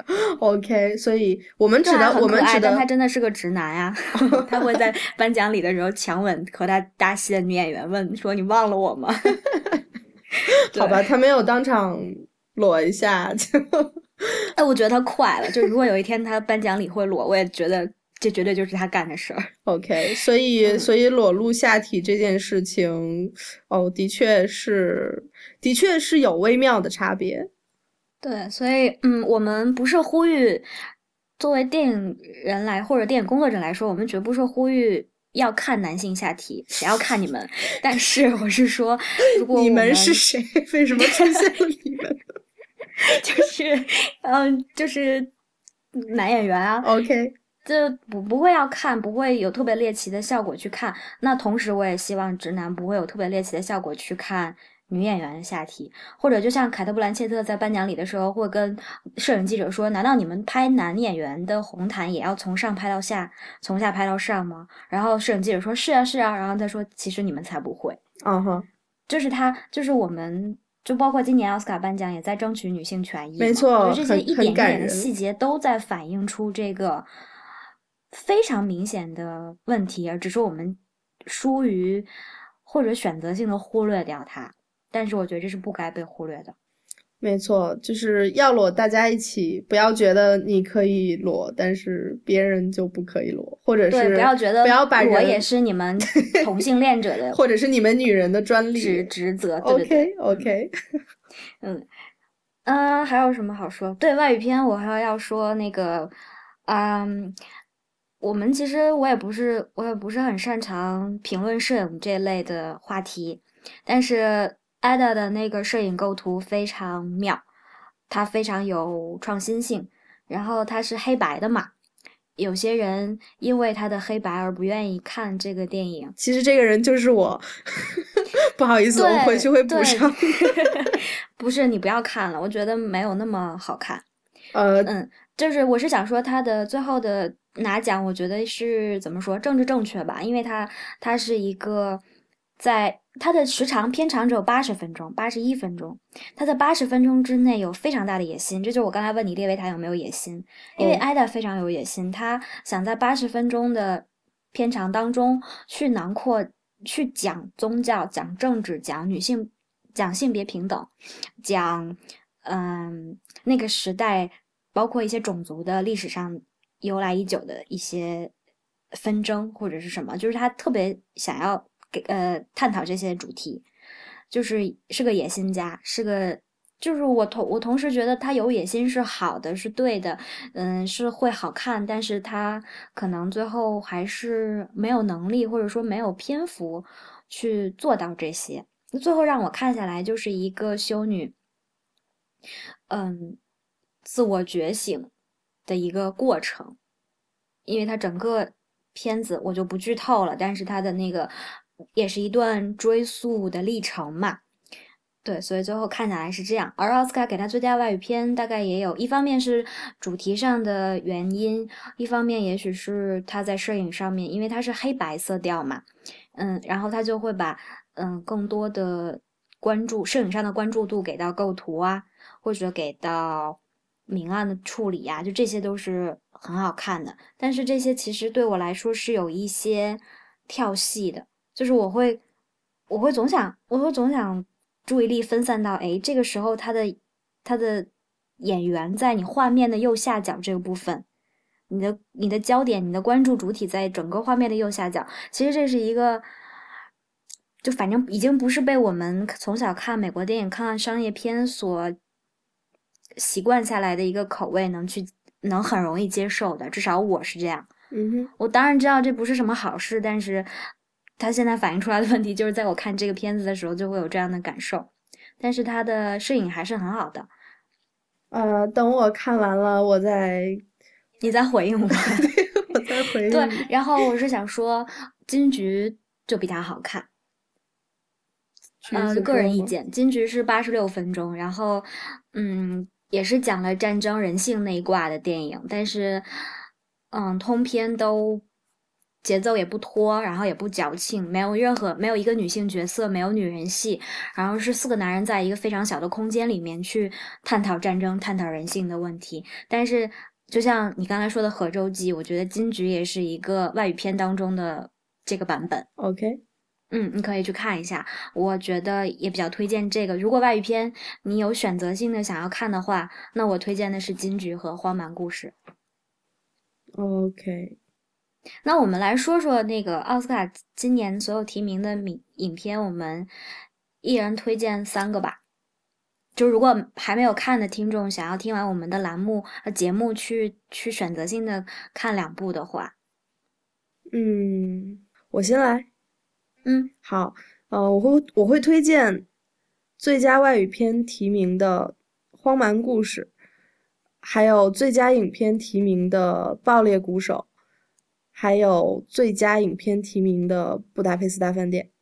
OK，所以我们指的对啊很可爱， 我们指的但他真的是个直男呀、他会在颁奖礼的时候强吻和他搭戏的女演员，问说你忘了我吗？ 好吧，他没有当场裸一下就哎，我觉得他快了，就如果有一天他颁奖礼会裸，我也觉得这绝对就是他干的事儿。 OK，所以、 嗯所以裸露下体这件事情，哦，的确是的确是有微妙的差别。 对，所以嗯，我们不是呼吁作为电影人来或者电影工作者来说，我们绝不是呼吁要看男性下体，谁要看你们？但是我是说，如果你们我们是谁？为什么出现了你们就是嗯，就是男演员啊， ？OK， 这不不会要看，不会有特别猎奇的效果去看。那同时，我也希望直男不会有特别猎奇的效果去看女演员的下体，或者就像凯特·布兰切特在颁奖礼的时候会跟摄影记者说：“难道你们拍男演员的红毯也要从上拍到下，从下拍到上吗？”然后摄影记者说：“是啊，是啊。”然后他说：“其实你们才不会。” 嗯哼， 就是他，就是我们，就包括今年奥斯卡颁奖也在争取女性权益嘛， 没错我觉得这些很一点一很感人点的细节都在反映出这个非常明显的问题，而只是我们疏于或者选择性的忽略掉它。但是我觉得这是不该被忽略的。 没错，就是要裸，大家一起，不要觉得你可以裸，但是别人就不可以裸，或者对， 是不要觉得不要把人裸也是你们同性恋者的或者是你们女人的专利职职责。对对对 OK OK， 嗯，嗯，还有什么好说？对外语片，我还要说那个，嗯，我们其实我也不是，我也不是很擅长评论摄影这类的话题，但是 Ada 的那个摄影构图非常妙，它非常有创新性，然后它是黑白的嘛，有些人因为它的黑白而不愿意看这个电影。 其实这个人就是我，不好意思，我回去会补上。 不是，你不要看了，我觉得没有那么好看。 呃， 嗯，就是我是想说他的最后的拿奖，我觉得是怎么说政治正确吧，因为他他是一个在他的时长片长只有八十分钟，八十一分钟，他在八十分钟之内有非常大的野心，这就是我刚才问你列维塔有没有野心，因为哦艾达非常有野心，他想在八十分钟的片长当中去囊括。去讲宗教、讲政治、讲女性、讲性别平等、讲嗯那个时代，包括一些种族的历史上由来已久的一些纷争或者是什么，就是他特别想要给呃探讨这些主题，就是是个野心家，是个。就是我同我同时觉得他有野心是好的，是对的，嗯，是会好看，但是他可能最后还是没有能力，或者说没有篇幅去做到这些。最后让我看下来就是一个修女，嗯，自我觉醒的一个过程，因为它整个片子我就不剧透了，但是它的那个也是一段追溯的历程嘛。对，所以最后看下来是这样。而奥斯卡给他最佳外语片，大概也有一方面是主题上的原因，一方面也许是他在摄影上面，因为它是黑白色调嘛，嗯，然后他就会把嗯更多的关注摄影上的关注度给到构图啊，或者给到明暗的处理呀、就这些都是很好看的。但是这些其实对我来说是有一些跳戏的，就是我会我会总想我会总想注意力分散到，哎，这个时候他的他的演员在你画面的右下角这个部分。你的你的焦点，你的关注主体在整个画面的右下角，其实这是一个，就反正已经不是被我们从小看美国电影、看商业片所习惯下来的一个口味，能去能很容易接受的，至少我是这样。 嗯哼， 我当然知道这不是什么好事，但是它现在反映出来的问题就是在我看这个片子的时候就会有这样的感受，但是它的摄影还是很好的。 呃，等我看完了，我再你在回应我。 我再回应对， 你。 然后我是想说，金菊就比它好看。呃， 橘子个人哥吗意见，金菊是八十六分钟，然后，嗯，也是讲了战争人性那一挂的电影，但是，嗯，通篇都节奏也不拖，然后也不矫情，没有任何没有一个女性角色，没有女人戏，然后是四个男人在一个非常小的空间里面去探讨战争、探讨人性的问题。但是就像你刚才说的《合舟记》，我觉得金菊也是一个外语片当中的这个版本。 OK， 嗯，你可以去看一下，我觉得也比较推荐这个。如果外语片你有选择性的想要看的话，那我推荐的是金菊和荒蛮故事。 OK， 那我们来说说那个奥斯卡今年所有提名的影影片，我们一人推荐三个吧。就如果还没有看的听众想要听完我们的栏目呃节目去去选择性的看两部的话， 嗯，我先来。 嗯， 好，呃，我会我会推荐最佳外语片提名的《荒蛮故事》，还有最佳影片提名的《爆裂鼓手》，还有最佳影片提名的《布达佩斯大饭店》。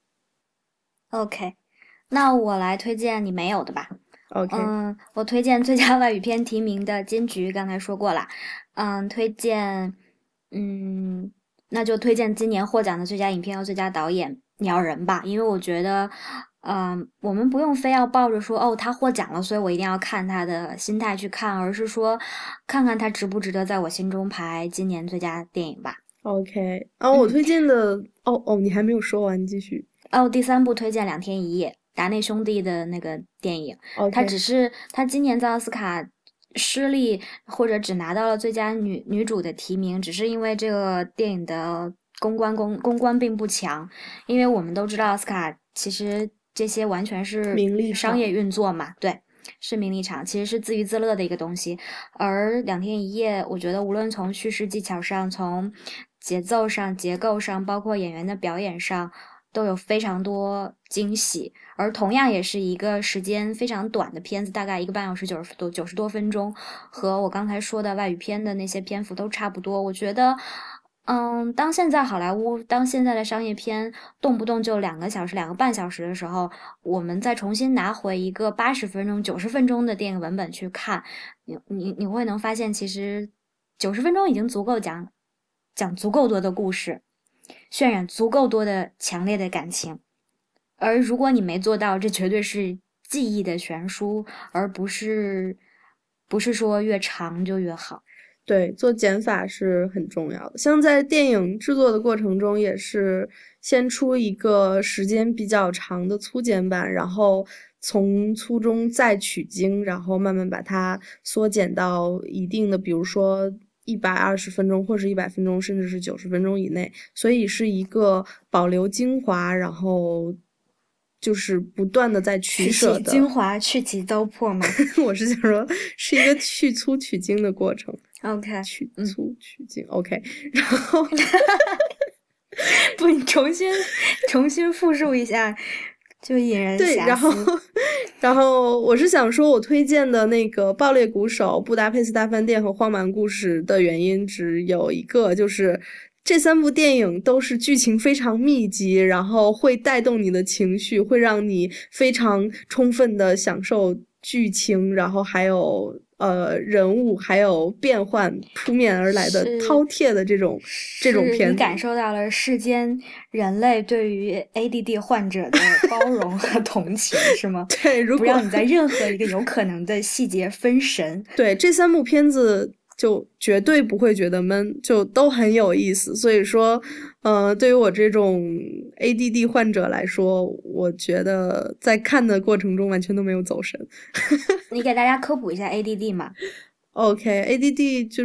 OK， 那我来推荐你没有的吧。 OK， 嗯，我推荐最佳外语片提名的金菊刚才说过了。嗯，推荐嗯那就推荐今年获奖的最佳影片和最佳导演鸟人吧。因为我觉得嗯，我们不用非要抱着说哦他获奖了所以我一定要看他的心态去看，而是说看看他值不值得在我心中排今年最佳电影吧。 OK， 啊，我推荐的、嗯、哦哦，你还没有说完，你继续。 哦，第三部推荐两天一夜，达内兄弟的那个电影。 OK， 他只是他今年在奥斯卡失利或者只拿到了最佳女女主的提名，只是因为这个电影的公关公公关并不强。因为我们都知道奥斯卡其实这些完全是名利场商业运作嘛，对，是名利场，其实是自娱自乐的一个东西。而两天一夜我觉得无论从叙事技巧上，从节奏上、结构上，包括演员的表演上都有非常多惊喜。而同样也是一个时间非常短的片子，大概一个半小时九十多九十多分钟，和我刚才说的外语片的那些篇幅都差不多。我觉得嗯，当现在好莱坞当现在的商业片动不动就两个小时两个半小时的时候，我们再重新拿回一个八十分钟九十分钟的电影文本去看，你你你会能发现其实九十分钟已经足够讲讲足够多的故事，渲染足够多的强烈的感情。而如果你没做到，这绝对是记忆的悬殊，而不是不是说越长就越好。 对，做减法是很重要的。像在电影制作的过程中，也是先出一个时间比较长的粗剪版，然后从粗中再取精，然后慢慢把它缩减到一定的，比如说一百二十分钟，或是一百分钟，甚至是九十分钟以内。所以是一个保留精华，然后就是不断的在取舍的。 取其精华，去其糟粕吗？ 我是想说，是一个去粗取精的过程。 OK， 去粗取精、嗯、OK， 然后不，你重新重新复述一下，就引人对，然后然后我是想说，我推荐的那个《爆裂鼓手》、《布达佩斯大饭店》和《荒蛮故事》的原因只有一个，就是这三部电影都是剧情非常密集，然后会带动你的情绪，会让你非常充分的享受剧情，然后还有呃人物还有变换扑面而来的饕餮的这种这种片子， 你感受到了世间人类对于 A D D 患者的包容和同情是吗？ 对，如果不让你在任何一个有可能的细节分神。 对，这三部片子就绝对不会觉得闷，就都很有意思。所以说呃，对于我这种 A D D 患者来说，我觉得在看的过程中完全都没有走神。 你给大家科普一下 A D D 嘛。 OK，A D D 就是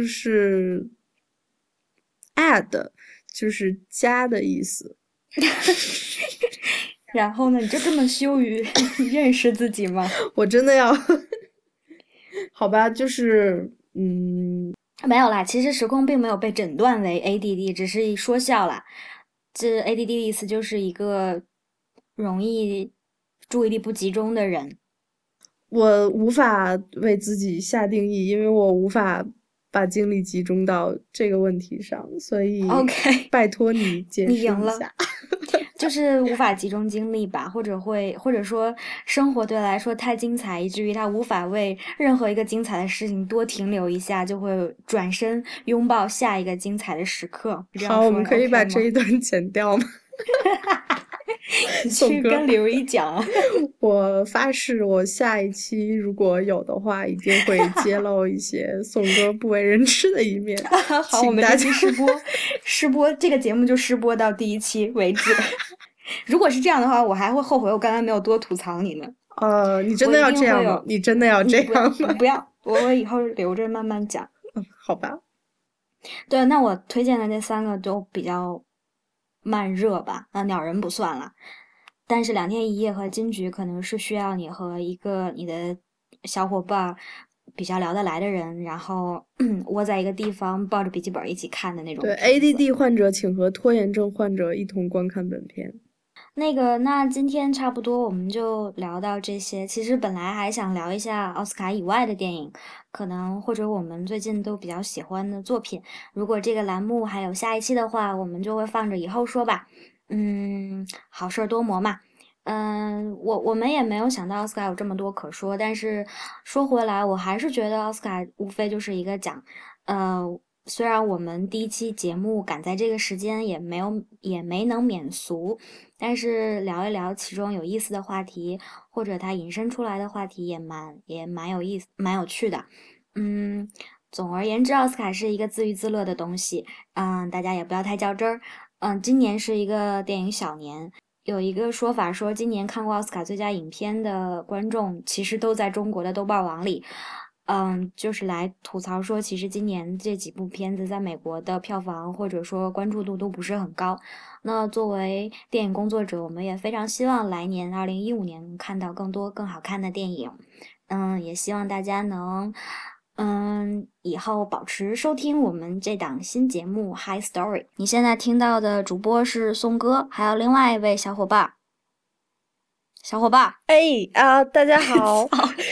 add， 就是加的意思。 然后呢，你就这么羞于认识自己吗？ 我真的要好吧，就是嗯， 没有啦，其实时空并没有被诊断为 A D D， 只是说笑啦。这 A D D 的意思就是一个容易注意力不集中的人。 我无法为自己下定义，因为我无法把精力集中到这个问题上，所以 OK， 拜托你解释一下。 你赢了就是无法集中精力吧，或者会或者说生活对他来说太精彩，以至于他无法为任何一个精彩的事情多停留一下，就会转身拥抱下一个精彩的时刻。 好，我们可以把这一段剪掉吗？ 你去跟刘一讲。 我发誓，我下一期如果有的话，一定会揭露一些宋哥不为人知的一面。 好，我们这期试播，试播这个节目就试播到第一期为止。如果是这样的话，我还会后悔我刚才没有多吐槽你呢。 呃，你真的要这样吗？你真的要这样吗？ 不要，我会以后留着慢慢讲。 嗯，好吧。 对，那我推荐的这三个都比较慢热吧，那鸟人不算了。但是两天一夜和金桔可能是需要你和一个你的小伙伴比较聊得来的人，然后窝在一个地方抱着笔记本一起看的那种。 对 A D D 患者请和拖延症患者一同观看本片。 那个，那今天差不多我们就聊到这些。其实本来还想聊一下奥斯卡以外的电影，可能或者我们最近都比较喜欢的作品。如果这个栏目还有下一期的话，我们就会放着以后说吧。嗯，好事多磨嘛。嗯，我我们也没有想到奥斯卡有这么多可说，但是说回来，我还是觉得奥斯卡无非就是一个奖。呃，虽然我们第一期节目赶在这个时间也没有也没能免俗，但是聊一聊其中有意思的话题，或者它引申出来的话题也蛮也蛮有意思，蛮有趣的。嗯，总而言之，奥斯卡是一个自娱自乐的东西。嗯，大家也不要太较真儿。嗯，今年是一个电影小年。有一个说法说，今年看过奥斯卡最佳影片的观众其实都在中国的豆瓣网里，嗯，就是来吐槽说，其实今年这几部片子在美国的票房或者说关注度都不是很高。那作为电影工作者，我们也非常希望来年二零一五年看到更多更好看的电影。嗯，也希望大家能嗯，以后保持收听我们这档新节目 High Story。你现在听到的主播是宋哥，还有另外一位小伙伴。小伙伴， 哎啊、呃，大家好。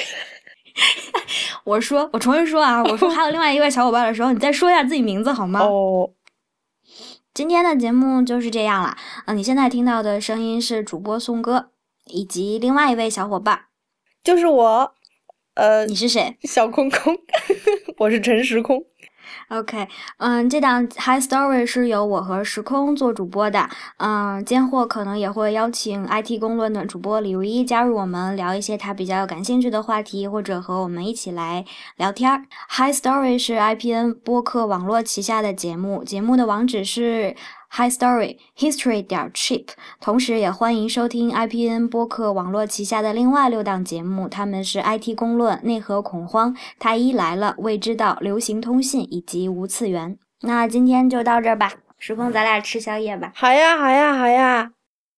我说，我重新说啊，我说还有另外一位小伙伴的时候，你再说一下自己名字好吗？ 哦。 今天的节目就是这样了。嗯，你现在听到的声音是主播宋哥，以及另外一位小伙伴， 就是我。呃， 你是谁？ 小空空。我是陈时空。 OK， 嗯，这档 High Story 是由我和时空做主播的，嗯，间或可能也会邀请 I T 公论的主播李如一加入我们，聊一些他比较感兴趣的话题，或者和我们一起来聊天。High Story 是 I P N 播客网络旗下的节目，节目的网址是High Story History 点 Cheap， 同时也欢迎收听 I P N 播客网络旗下的另外六档节目，他们是 I T 公论、内核恐慌、太医来了、未知道、流行通信以及无次元。那今天就到这儿吧，时空咱俩吃宵夜吧。 好呀好呀好呀。